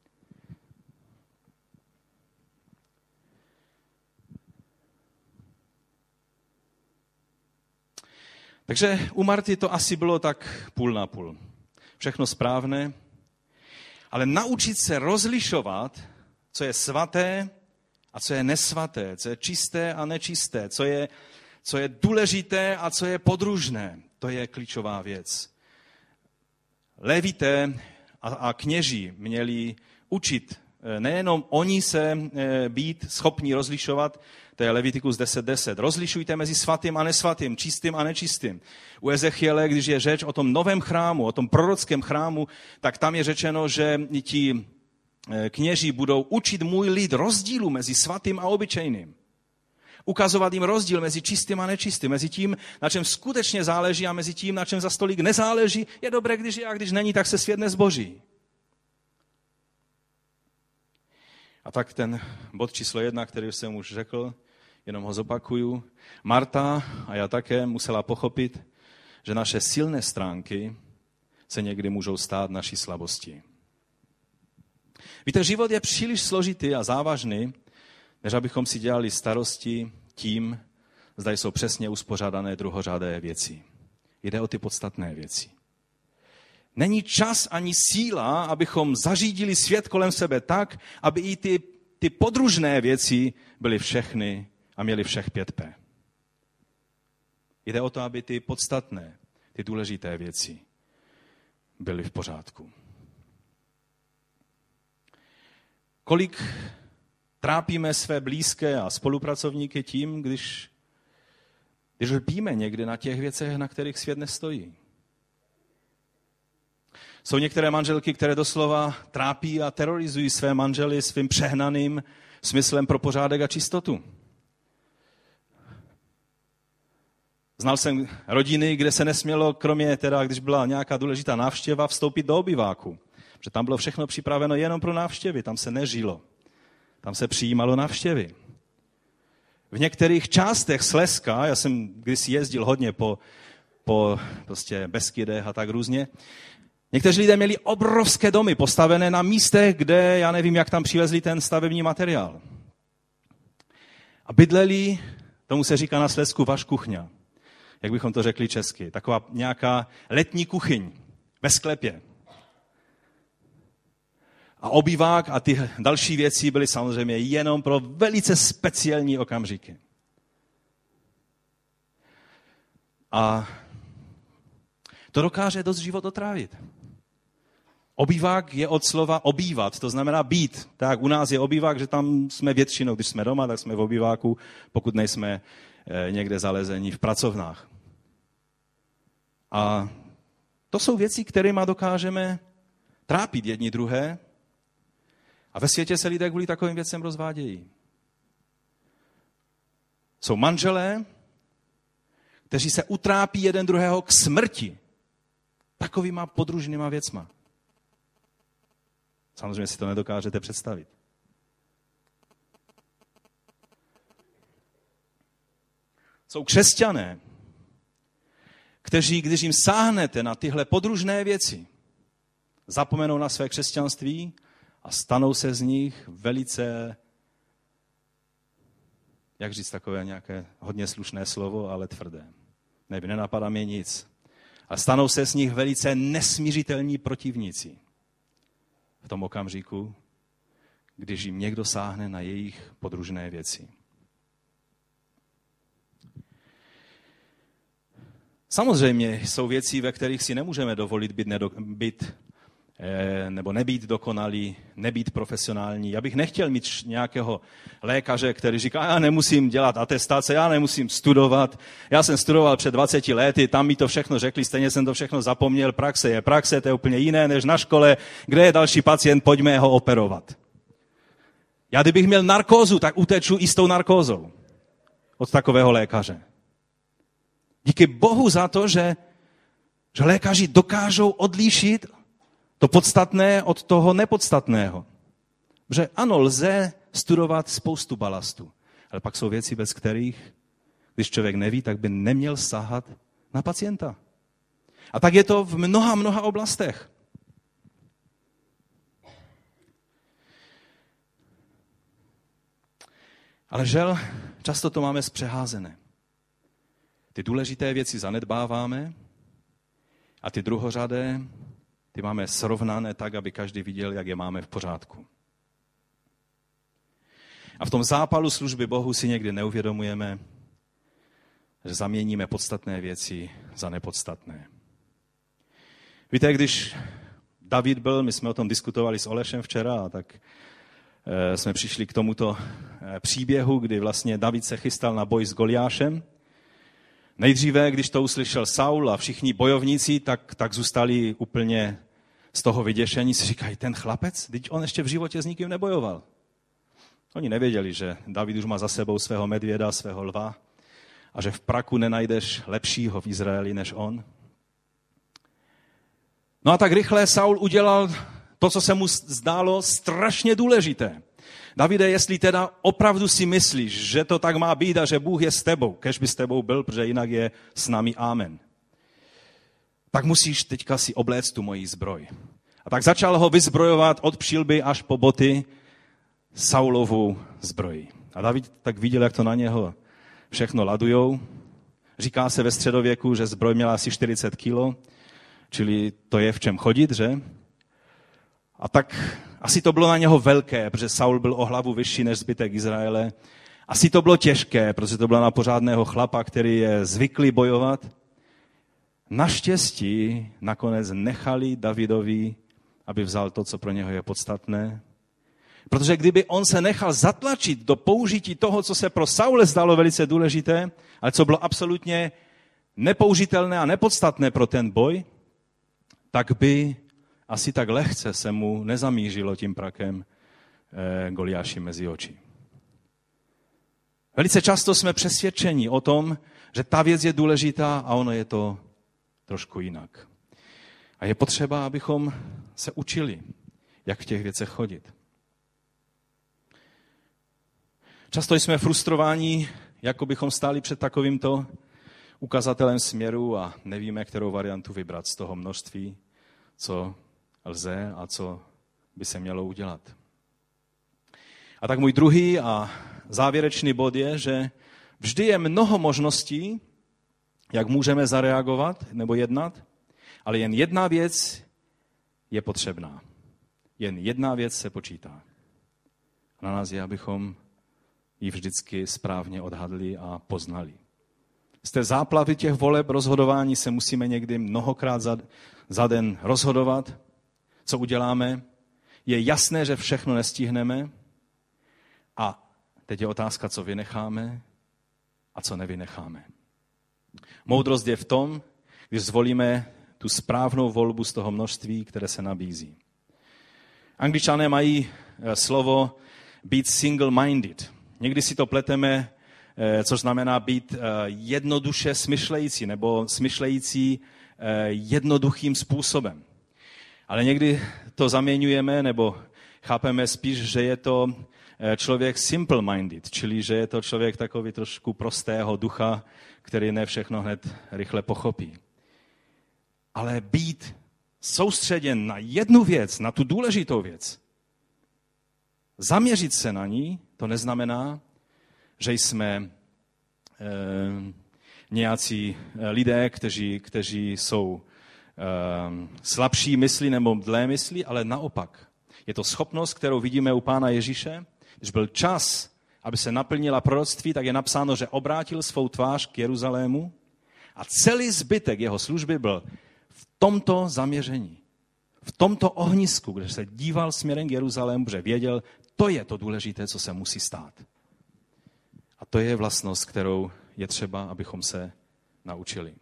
Takže u Marty to asi bylo tak půl na půl. Všechno správné, ale naučit se rozlišovat, co je svaté a co je nesvaté, co je čisté a nečisté, co je, co je důležité a co je podružné, to je klíčová věc. Lévité a, a kněží měli učit, nejenom oni se být schopni rozlišovat, to je Levitikus deset deset. Rozlišujte mezi svatým a nesvatým, čistým a nečistým. U Ezechiele, když je řeč o tom novém chrámu, o tom prorockém chrámu, tak tam je řečeno, že ti kněží budou učit můj lid rozdílu mezi svatým a obyčejným. Ukazovat jim rozdíl mezi čistým a nečistým, mezi tím, na čem skutečně záleží a mezi tím, na čem za stolik nezáleží. Je dobré, když je a když není, tak se svět nezboří. A tak ten bod číslo jedna, který jsem už řekl, jenom ho zopakuju. Marta a já také musela pochopit, že naše silné stránky se někdy můžou stát naší slabostí. Víte, život je příliš složitý a závažný, než abychom si dělali starosti tím, zda jsou přesně uspořádané druhořadé věci. Jde o ty podstatné věci. Není čas ani síla, abychom zařídili svět kolem sebe tak, aby i ty, ty podružné věci byly všechny a měly všech pět P. Jde o to, aby ty podstatné, ty důležité věci byly v pořádku. Kolik trápíme své blízké a spolupracovníky tím, když, když lpíme někdy na těch věcech, na kterých svět nestojí. Jsou některé manželky, které doslova trápí a terorizují své manžely svým přehnaným smyslem pro pořádek a čistotu. Znal jsem rodiny, kde se nesmělo, kromě teda, když byla nějaká důležitá návštěva, vstoupit do obyváku. Protože tam bylo všechno připraveno jenom pro návštěvy, tam se nežilo. Tam se přijímalo návštěvy. V některých částech Slezska, já jsem kdysi jezdil hodně po, po prostě Beskydech a tak různě, někteří lidé měli obrovské domy postavené na místech, kde, já nevím, jak tam přivezli ten stavební materiál. A bydleli, tomu se říká na Slezsku vaškuchňa, jak bychom to řekli česky, taková nějaká letní kuchyň ve sklepě. A obývák a ty další věci byly samozřejmě jenom pro velice speciální okamžiky. A to dokáže dost život otrávit. Obývák je od slova obývat, to znamená být. Tak u nás je obývák, že tam jsme většinou, když jsme doma, tak jsme v obýváku, pokud nejsme někde zalezení v pracovnách. A to jsou věci, kterými dokážeme trápit jedni druhé. A ve světě se lidé kvůli takovým věcem rozvádějí. Jsou manželé, kteří se utrápí jeden druhého k smrti takovýma podružnýma věcma. Samozřejmě si to nedokážete představit. Jsou křesťané, kteří, když jim sáhnete na tyhle podružné věci, zapomenou na své křesťanství a stanou se z nich velice, jak říct takové nějaké hodně slušné slovo, ale tvrdé. Nevím, nenapadá mě nic. A stanou se z nich velice nesmířitelní protivníci. V tom okamžiku, když jim někdo sáhne na jejich podružné věci. Samozřejmě jsou věci, ve kterých si nemůžeme dovolit být, nedo, být nebo nebýt dokonalý, nebýt profesionální. Já bych nechtěl mít nějakého lékaře, který říká, já nemusím dělat atestace, já nemusím studovat. Já jsem studoval před dvaceti lety, tam mi to všechno řekli, stejně jsem to všechno zapomněl. Praxe je praxe, to je úplně jiné než na škole. Kde je další pacient, pojďme ho operovat. Já kdybych měl narkózu, tak uteču i s tou narkózou od takového lékaře. Díky Bohu za to, že, že lékaři dokážou odlišit to podstatné od toho nepodstatného. Že ano, lze studovat spoustu balastů, ale pak jsou věci, bez kterých, když člověk neví, tak by neměl sahat na pacienta. A tak je to v mnoha, mnoha oblastech. Ale žel, často to máme zpřeházené. Ty důležité věci zanedbáváme a ty druhořadé, ty máme srovnané tak, aby každý viděl, jak je máme v pořádku. A v tom zápalu služby Bohu si někdy neuvědomujeme, že zaměníme podstatné věci za nepodstatné. Víte, když David byl, my jsme o tom diskutovali s Olešem včera, a tak e, jsme přišli k tomuto e, příběhu, kdy vlastně David se chystal na boj s Goliášem. Nejdříve, když to uslyšel Saul a všichni bojovníci, tak, tak zůstali úplně z toho vyděšení. Si říkají, ten chlapec, teď on ještě v životě s nikým nebojoval. Oni nevěděli, že David už má za sebou svého medvěda, svého lva a že v praku nenajdeš lepšího v Izraeli než on. No a tak rychle Saul udělal to, co se mu zdálo strašně důležité. Davide, jestli teda opravdu si myslíš, že to tak má být a že Bůh je s tebou, kež by s tebou byl, protože jinak je s námi amen, tak musíš teďka si obléct tu moji zbroj. A tak začal ho vyzbrojovat od přilby až po boty Saulovou zbroji. A David tak viděl, jak to na něho všechno ladujou. Říká se ve středověku, že zbroj měla asi čtyřicet kilo, čili to je v čem chodit, že? A tak asi to bylo na něho velké, protože Saul byl o hlavu vyšší než zbytek Izraele. Asi to bylo těžké, protože to bylo na pořádného chlapa, který je zvyklý bojovat. Naštěstí nakonec nechali Davidovi, aby vzal to, co pro něho je podstatné. Protože kdyby on se nechal zatlačit do použití toho, co se pro Saule zdalo velice důležité, ale co bylo absolutně nepoužitelné a nepodstatné pro ten boj, tak by asi tak lehce se mu nezamířilo tím prakem eh, Goliáši mezi oči. Velice často jsme přesvědčeni o tom, že ta věc je důležitá a ono je to trošku jinak. A je potřeba, abychom se učili, jak v těch věcech chodit. Často jsme frustrováni, jako bychom stáli před takovýmto ukazatelem směru a nevíme, kterou variantu vybrat z toho množství, co lze a co by se mělo udělat. A tak můj druhý a závěrečný bod je, že vždy je mnoho možností, jak můžeme zareagovat nebo jednat, ale jen jedna věc je potřebná. Jen jedna věc se počítá. Na nás je, abychom ji vždycky správně odhadli a poznali. Z té záplavy těch voleb rozhodování se musíme někdy mnohokrát za, za den rozhodovat, co uděláme. Je jasné, že všechno nestihneme a teď je otázka, co vynecháme a co nevynecháme. Moudrost je v tom, když zvolíme tu správnou volbu z toho množství, které se nabízí. Angličané mají slovo být single-minded. Někdy si to pleteme, což znamená být jednoduše smyšlející nebo smyšlející jednoduchým způsobem. Ale někdy to zaměňujeme nebo chápeme spíš, že je to člověk simple-minded, čili že je to člověk takový trošku prostého ducha, který ne všechno hned rychle pochopí. Ale být soustředěn na jednu věc, na tu důležitou věc, zaměřit se na ní, to neznamená, že jsme e, nějací lidé, kteří, kteří jsou e, slabší mysli nebo dlé mysli, ale naopak. Je to schopnost, kterou vidíme u Pána Ježíše. Když byl čas, aby se naplnila proroctví, tak je napsáno, že obrátil svou tvář k Jeruzalému a celý zbytek jeho služby byl v tomto zaměření. v tomto ohnisku, kde se díval směrem k Jeruzalému, protože věděl, to je to důležité, co se musí stát. A to je vlastnost, kterou je třeba, abychom se naučili.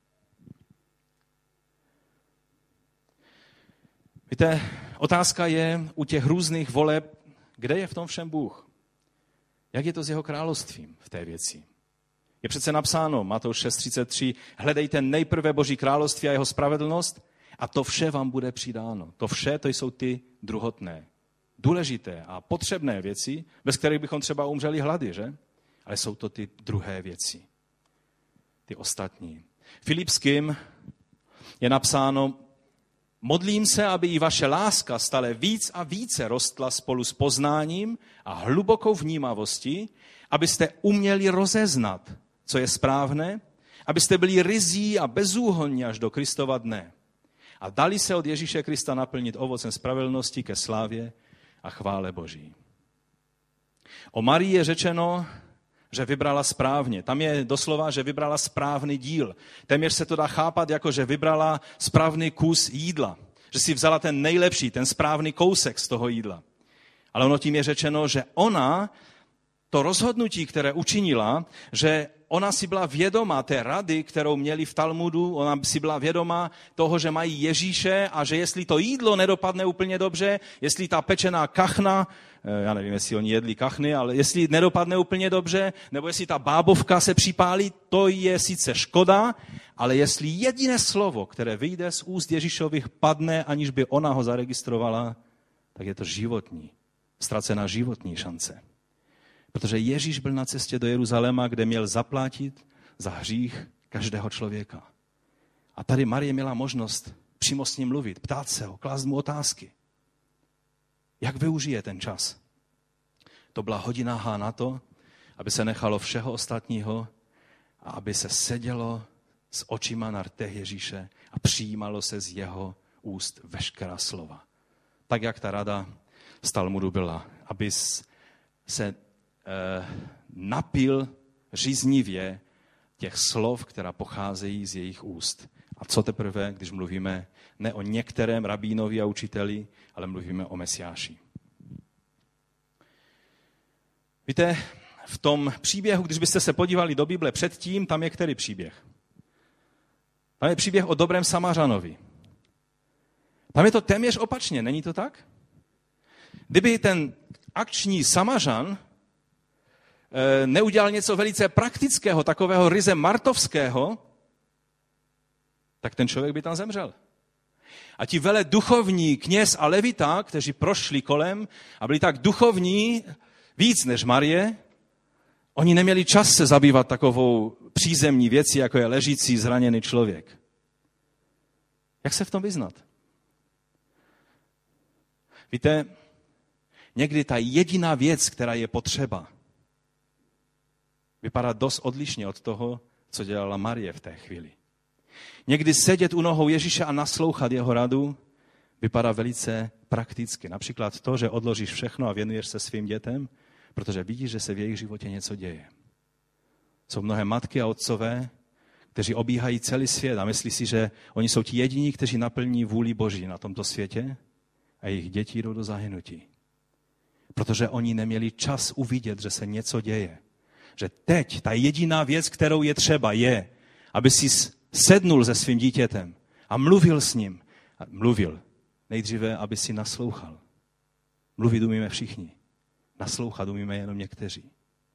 Víte, otázka je u těch různých voleb, kde je v tom všem Bůh? Jak je to s jeho královstvím v té věci? Je přece napsáno, Matouš šest třicet tři, hledejte nejprve Boží království a jeho spravedlnost a to vše vám bude přidáno. To vše, to jsou ty druhotné, důležité a potřebné věci, bez kterých bychom třeba umřeli hlady, že? Ale jsou to ty druhé věci, ty ostatní. Filipským je napsáno, modlím se, aby i vaše láska stále víc a více rostla spolu s poznáním a hlubokou vnímavostí, abyste uměli rozeznat, co je správné, abyste byli ryzí a bezúhonní až do Kristova dne a dali se od Ježíše Krista naplnit ovocem spravedlnosti ke slávě a chvále Boží. O Marii je řečeno, že vybrala správně. Tam je doslova, že vybrala správný díl. Téměř se to dá chápat jako, že vybrala správný kus jídla. Že si vzala ten nejlepší, ten správný kousek z toho jídla. Ale ono tím je řečeno, že ona, to rozhodnutí, které učinila, že ona si byla vědoma té rady, kterou měli v Talmudu, ona si byla vědoma toho, že mají Ježíše a že jestli to jídlo nedopadne úplně dobře, jestli ta pečená kachna, já nevím, jestli oni jedli kachny, ale jestli nedopadne úplně dobře, nebo jestli ta bábovka se připálí, to je sice škoda, ale jestli jediné slovo, které vyjde z úst Ježíšových, padne, aniž by ona ho zaregistrovala, tak je to životní, ztracená životní šance. Protože Ježíš byl na cestě do Jeruzaléma, kde měl zaplatit za hřích každého člověka. A tady Marie měla možnost přímo s ním mluvit, ptát se ho, klást mu otázky. Jak využije ten čas? To byla hodina H na to, aby se nechalo všeho ostatního a aby se sedělo s očima na rtech Ježíše a přijímalo se z jeho úst veškerá slova. Tak, jak ta rada z Talmudu byla, aby se napil říznivě těch slov, která pocházejí z jejich úst. A co teprve, když mluvíme ne o některém rabínovi a učiteli, ale mluvíme o Mesiáši. Víte, v tom příběhu, když byste se podívali do Bible předtím, tam je který příběh? Tam je příběh o dobrém Samařanovi. Tam je to téměř opačně, není to tak? Kdyby ten akční Samařan neudělal něco velice praktického, takového ryze martovského, tak ten člověk by tam zemřel. A ti vele duchovní kněz a levita, kteří prošli kolem a byli tak duchovní víc než Marie, oni neměli čas se zabývat takovou přízemní věcí, jako je ležící zraněný člověk. Jak se v tom vyznat? Víte, někdy ta jediná věc, která je potřeba, vypadá dost odlišně od toho, co dělala Marie v té chvíli. Někdy sedět u nohou Ježíše a naslouchat jeho radu vypadá velice prakticky. Například to, že odložíš všechno a věnuješ se svým dětem, protože vidíš, že se v jejich životě něco děje. Jsou mnohé matky a otcové, kteří obíhají celý svět a myslí si, že oni jsou ti jediní, kteří naplní vůli Boží na tomto světě a jejich děti jdou do zahynutí. Protože oni neměli čas uvidět, že se něco děje. Že teď ta jediná věc, kterou je třeba, je, aby si sednul se svým dítětem a mluvil s ním. A mluvil. Nejdříve, aby si naslouchal. Mluvit umíme všichni. Naslouchat umíme jenom někteří.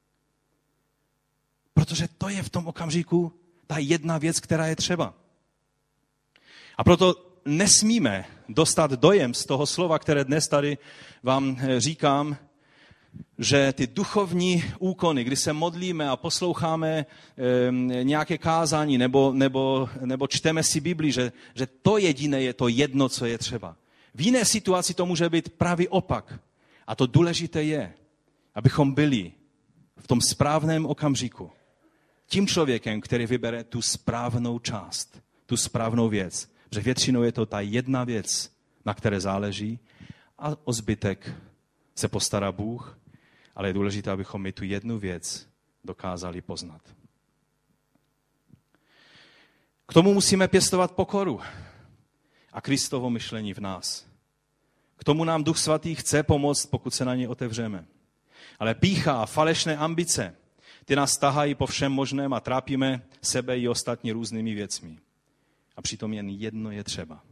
Protože to je v tom okamžiku ta jedna věc, která je třeba. A proto nesmíme dostat dojem z toho slova, které dnes tady vám říkám, že ty duchovní úkony, kdy se modlíme a posloucháme e, nějaké kázání nebo, nebo, nebo čteme si Bibli, že, že to jediné je to jedno, co je třeba. V jiné situaci to může být pravý opak. A to důležité je, abychom byli v tom správném okamžiku tím člověkem, který vybere tu správnou část, tu správnou věc. Protože většinou je to ta jedna věc, na které záleží a o zbytek se postará Bůh, ale je důležité, abychom my tu jednu věc dokázali poznat. K tomu musíme pěstovat pokoru. a Kristovo myšlení v nás. K tomu nám Duch Svatý chce pomoct, pokud se na něj otevřeme. Ale pýcha a falešné ambice, ty nás tahají po všem možném a trápíme sebe i ostatní různými věcmi. A přitom jen jedno je třeba.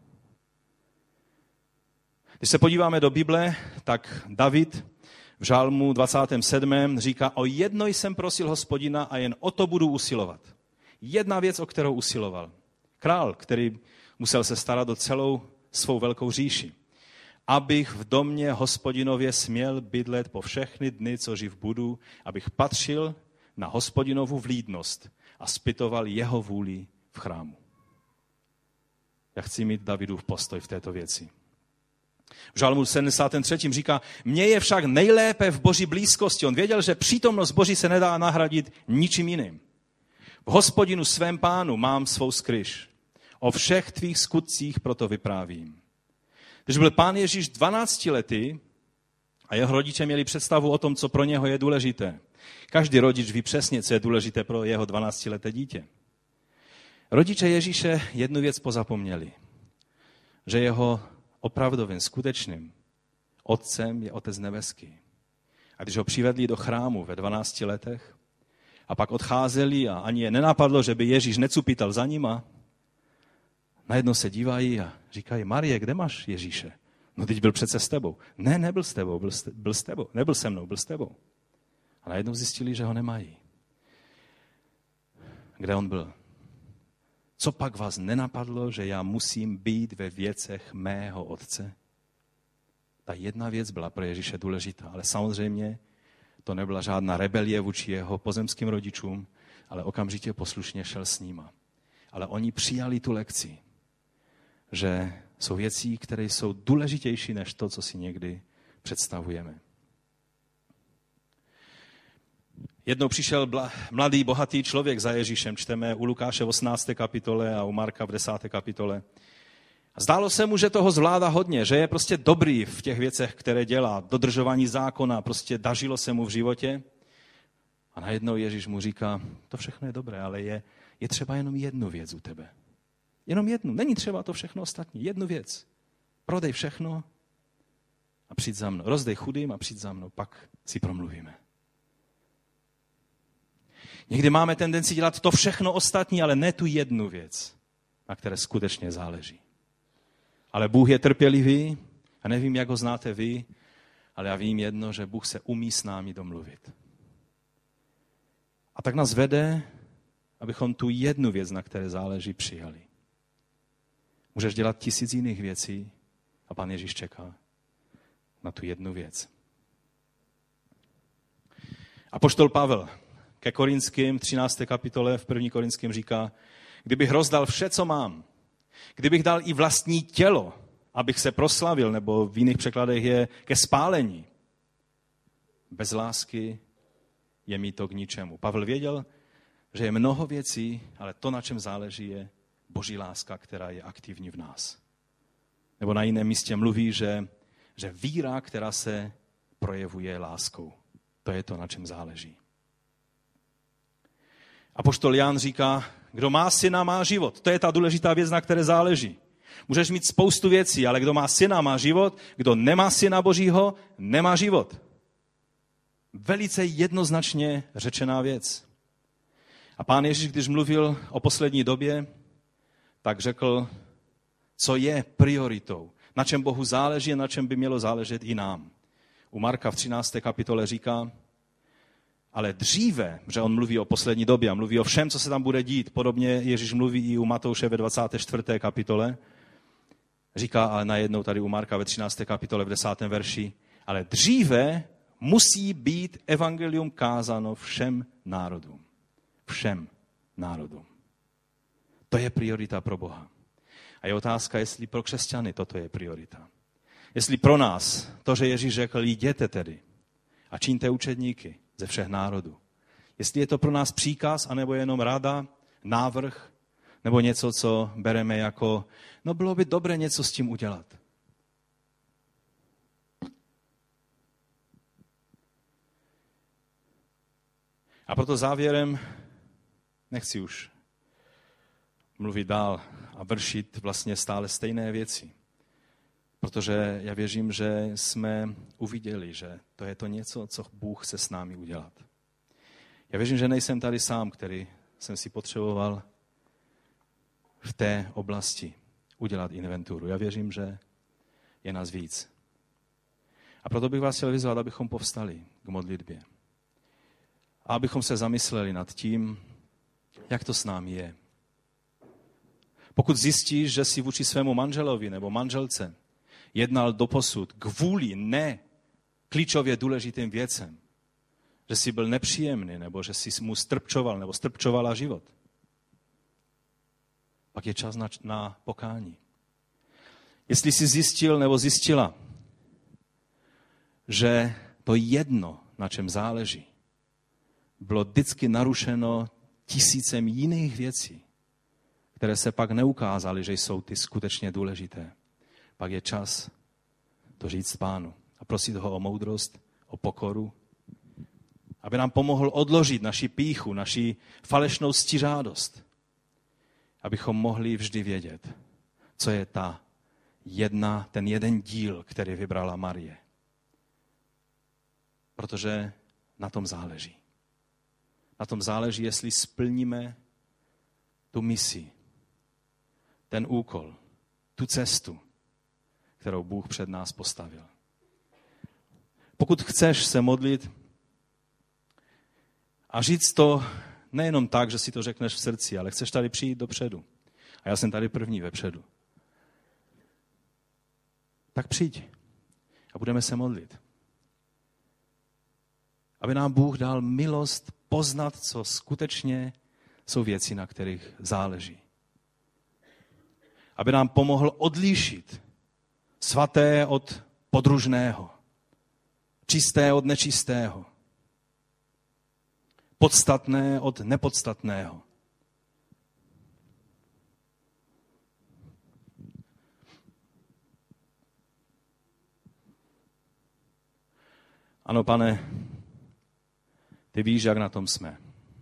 Když se podíváme do Bible, tak David v Žalmu dvacátém sedmém říká, o jedno jsem prosil Hospodina a jen o to budu usilovat. Jedna věc, o kterou usiloval. Král, který musel se starat o celou svou velkou říši. Abych v domě Hospodinově směl bydlet po všechny dny, co živ budu, abych patřil na Hospodinovu vlídnost a zpytoval jeho vůli v chrámu. Já chci mít Davidův postoj v této věci. V Žalmu sedmdesátém třetím říká, mně je však nejlépe v Boží blízkosti. On věděl, že přítomnost Boží se nedá nahradit ničím jiným. V Hospodinu svém pánu mám svou skryš. O všech tvých skutcích proto vyprávím. Když byl pán Ježíš dvanáctiletý a jeho rodiče měli představu o tom, co pro něho je důležité. Každý rodič ví přesně, co je důležité pro jeho dvanáctileté dítě. Rodiče Ježíše jednu věc pozapomněli, že jeho opravdovým, skutečným otcem je Otec nebeský. A když ho přivedli do chrámu ve dvanácti letech a pak odcházeli a ani je nenapadlo, že by Ježíš necupítal za nima, najednou se dívají a říkají, Marie, kde máš Ježíše? No teď byl přece s tebou. Ne, nebyl s tebou, byl s, byl s tebou. Nebyl se mnou, byl s tebou. A najednou zjistili, že ho nemají. Kde on byl? Co pak vás nenapadlo, že já musím být ve věcech mého otce? Ta jedna věc byla pro Ježíše důležitá, ale samozřejmě to nebyla žádná rebelie vůči jeho pozemským rodičům, ale okamžitě poslušně šel s nima. Ale oni přijali tu lekci, že jsou věci, které jsou důležitější než to, co si někdy představujeme. Jednou přišel mladý, bohatý člověk za Ježíšem, čteme u Lukáše v osmnácté kapitole a u Marka v desáté kapitole. A zdálo se mu, že toho zvládá hodně, že je prostě dobrý v těch věcech, které dělá, dodržování zákona, prostě dařilo se mu v životě. A najednou Ježíš mu říká, to všechno je dobré, ale je, je třeba jenom jednu věc u tebe. Jenom jednu, není třeba to všechno ostatní, jednu věc. Prodej všechno a přijď za mnou. Rozdej chudým a přijď za mnou, pak si promluvíme. Někdy máme tendenci dělat to všechno ostatní, ale ne tu jednu věc, na které skutečně záleží. Ale Bůh je trpělivý a nevím, jak ho znáte vy, ale já vím jedno, že Bůh se umí s námi domluvit. A tak nás vede, abychom tu jednu věc, na které záleží, přijali. Můžeš dělat tisíc jiných věcí a Pán Ježíš čeká na tu jednu věc. Apoštol Pavel ke Korinským, třinácté kapitole v první Korinským říká, kdybych rozdal vše, co mám, kdybych dal i vlastní tělo, abych se proslavil, nebo v jiných překladech je ke spálení. Bez lásky je mi to k ničemu. Pavel věděl, že je mnoho věcí, ale to, na čem záleží, je Boží láska, která je aktivní v nás. Nebo na jiném místě mluví, že, že víra, která se projevuje láskou. To je to, na čem záleží. Apoštol Jan říká, kdo má syna, má život. To je ta důležitá věc, na které záleží. Můžeš mít spoustu věcí, ale kdo má syna, má život. Kdo nemá syna Božího, nemá život. Velice jednoznačně řečená věc. A Pán Ježíš, když mluvil o poslední době, tak řekl, co je prioritou. Na čem Bohu záleží a na čem by mělo záležet i nám. U Marka v třinácté kapitole říká, ale dříve, že on mluví o poslední době a mluví o všem, co se tam bude dít. Podobně Ježíš mluví i u Matouše ve dvacáté čtvrté kapitole. Říká ale najednou tady u Marka ve třinácté kapitole v desátém verši, ale dříve musí být evangelium kázáno všem národům. Všem národům. To je priorita pro Boha. A je otázka, jestli pro křesťany toto je priorita. Jestli pro nás to, že Ježíš řekl, jděte tedy a čiňte učedníky ze všech národů. Jestli je to pro nás příkaz, anebo jenom rada, návrh, nebo něco, co bereme jako, no bylo by dobré něco s tím udělat. A proto závěrem, nechci už mluvit dál, a vršit vlastně stále stejné věci. Protože já věřím, že jsme uviděli, že to je to něco, co Bůh chce s námi udělat. Já věřím, že nejsem tady sám, který jsem si potřeboval v té oblasti udělat inventuru. Já věřím, že je nás víc. A proto bych vás chtěl vyzvat, abychom povstali k modlitbě. A abychom se zamysleli nad tím, jak to s námi je. Pokud zjistíš, že jsi vůči svému manželovi nebo manželce jednal doposud kvůli ne klíčově důležitým věcem, že jsi byl nepříjemný, nebo že jsi mu strpčoval, nebo strpčovala život, pak je čas na, na pokání. Jestli jsi zjistil nebo zjistila, že to jedno, na čem záleží, bylo vždycky narušeno tisícem jiných věcí, které se pak neukázaly, že jsou ty skutečně důležité, pak je čas to říct Pánu a prosit ho o moudrost, o pokoru, aby nám pomohl odložit naši pýchu, naši falešnou stižádost, abychom mohli vždy vědět, co je ta jedna, ten jeden díl, který vybrala Marie. Protože na tom záleží. Na tom záleží, jestli splníme tu misi, ten úkol, tu cestu, kterou Bůh před nás postavil. Pokud chceš se modlit a říct to nejenom tak, že si to řekneš v srdci, ale chceš tady přijít dopředu. A já jsem tady první vepředu. Tak přijď a budeme se modlit. Aby nám Bůh dal milost poznat, co skutečně jsou věci, na kterých záleží. Aby nám pomohl odlíšit svaté od podružného, čisté od nečistého, podstatné od nepodstatného. Ano, Pane, ty víš, jak na tom jsme.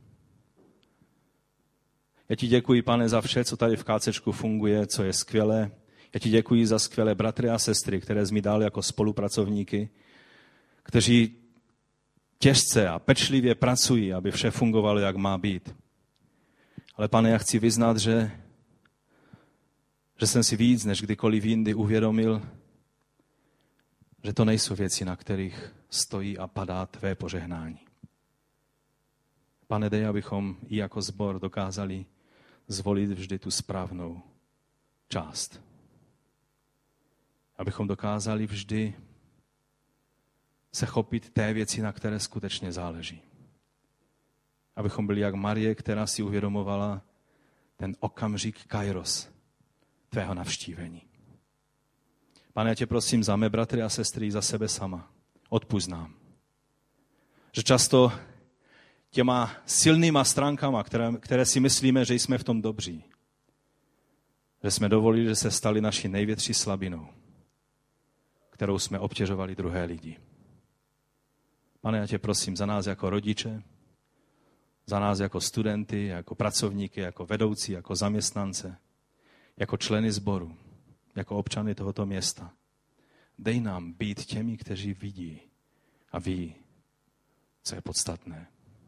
Já ti děkuji, Pane, za vše, co tady v kácečku funguje, co je skvělé. Já ti děkuji za skvělé bratry a sestry, které jsi mi dal jako spolupracovníky, kteří těžce a pečlivě pracují, aby vše fungovalo, jak má být. Ale, Pane, já chci vyznat, že, že jsem si víc než kdykoliv jindy uvědomil, že to nejsou věci, na kterých stojí a padá tvé požehnání. Pane, dej, abychom i jako sbor dokázali zvolit vždy tu správnou část. Abychom dokázali vždy se chopit té věci, na které skutečně záleží. Abychom byli jak Marie, která si uvědomovala ten okamžik kairos tvého navštívení. Pane, já tě prosím za mé bratry a sestry, za sebe sama. Odpusť nám. Že často těma silnýma stránkama, které, které si myslíme, že jsme v tom dobří, že jsme dovolili, že se stali naší největší slabinou, kterou jsme obtěžovali druhé lidi. Pane, já tě prosím za nás jako rodiče, za nás jako studenty, jako pracovníky, jako vedoucí, jako zaměstnance, jako členy sboru, jako občany tohoto města. Dej nám být těmi, kteří vidí a ví, co je podstatné.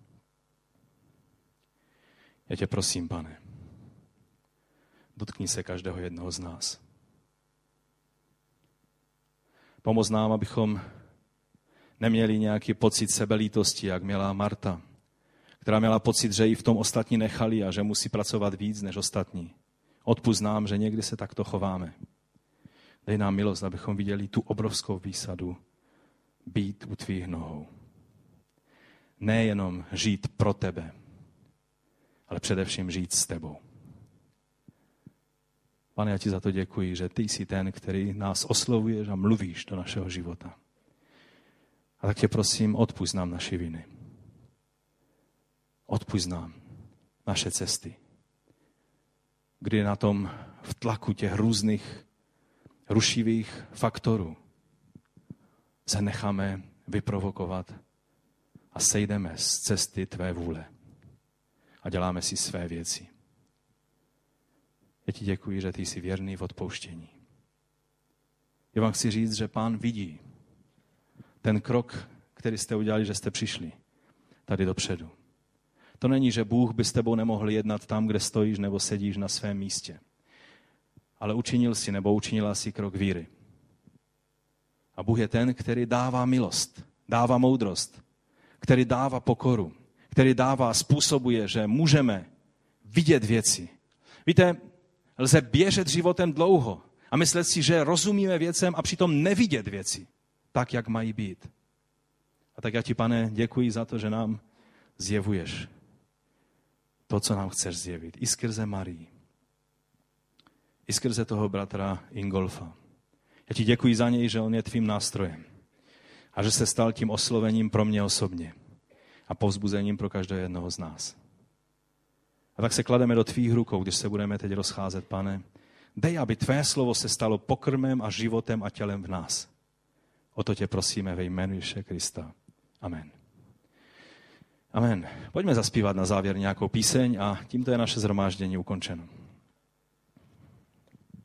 Já tě prosím, Pane, dotkni se každého jednoho z nás. Pomoz nám, abychom neměli nějaký pocit sebelítosti, jak měla Marta, která měla pocit, že ji v tom ostatní nechali a že musí pracovat víc než ostatní. Odpusť nám, že někdy se takto chováme. Dej nám milost, abychom viděli tu obrovskou výsadu být u tvých nohou. Nejenom žít pro tebe, ale především žít s tebou. Pane, já ti za to děkuji, že ty jsi ten, který nás oslovuješ a mluvíš do našeho života. A tak tě prosím, odpusť nám naše viny. Odpusť nám naše cesty. Kdy na tom v tlaku těch různých rušivých faktorů se necháme vyprovokovat a sejdeme z cesty tvé vůle a děláme si své věci. Já ti děkuji, že ty jsi věrný v odpouštění. Já vám chci říct, že Pán vidí ten krok, který jste udělali, že jste přišli tady dopředu. To není, že Bůh by s tebou nemohl jednat tam, kde stojíš nebo sedíš na svém místě. Ale učinil si nebo učinila si krok víry. A Bůh je ten, který dává milost, dává moudrost, který dává pokoru, který dává, způsobuje, že můžeme vidět věci. Víte, lze běžet životem dlouho a myslet si, že rozumíme věcem a přitom nevidět věci tak, jak mají být. A tak já ti, Pane, děkuji za to, že nám zjevuješ to, co nám chceš zjevit. I skrze Marii. I skrze toho bratra Ingolfa. Já ti děkuji za něj, že on je tvým nástrojem. A že se stal tím oslovením pro mě osobně. A povzbuzením pro každého jednoho z nás. A tak se klademe do tvých rukou, když se budeme teď rozcházet, Pane. Dej, aby tvé slovo se stalo pokrmem a životem a tělem v nás. O to tě prosíme ve jménu Ježíše Krista. Amen. Amen. Pojďme zaspívat na závěr nějakou píseň a tímto je naše shromáždění ukončeno.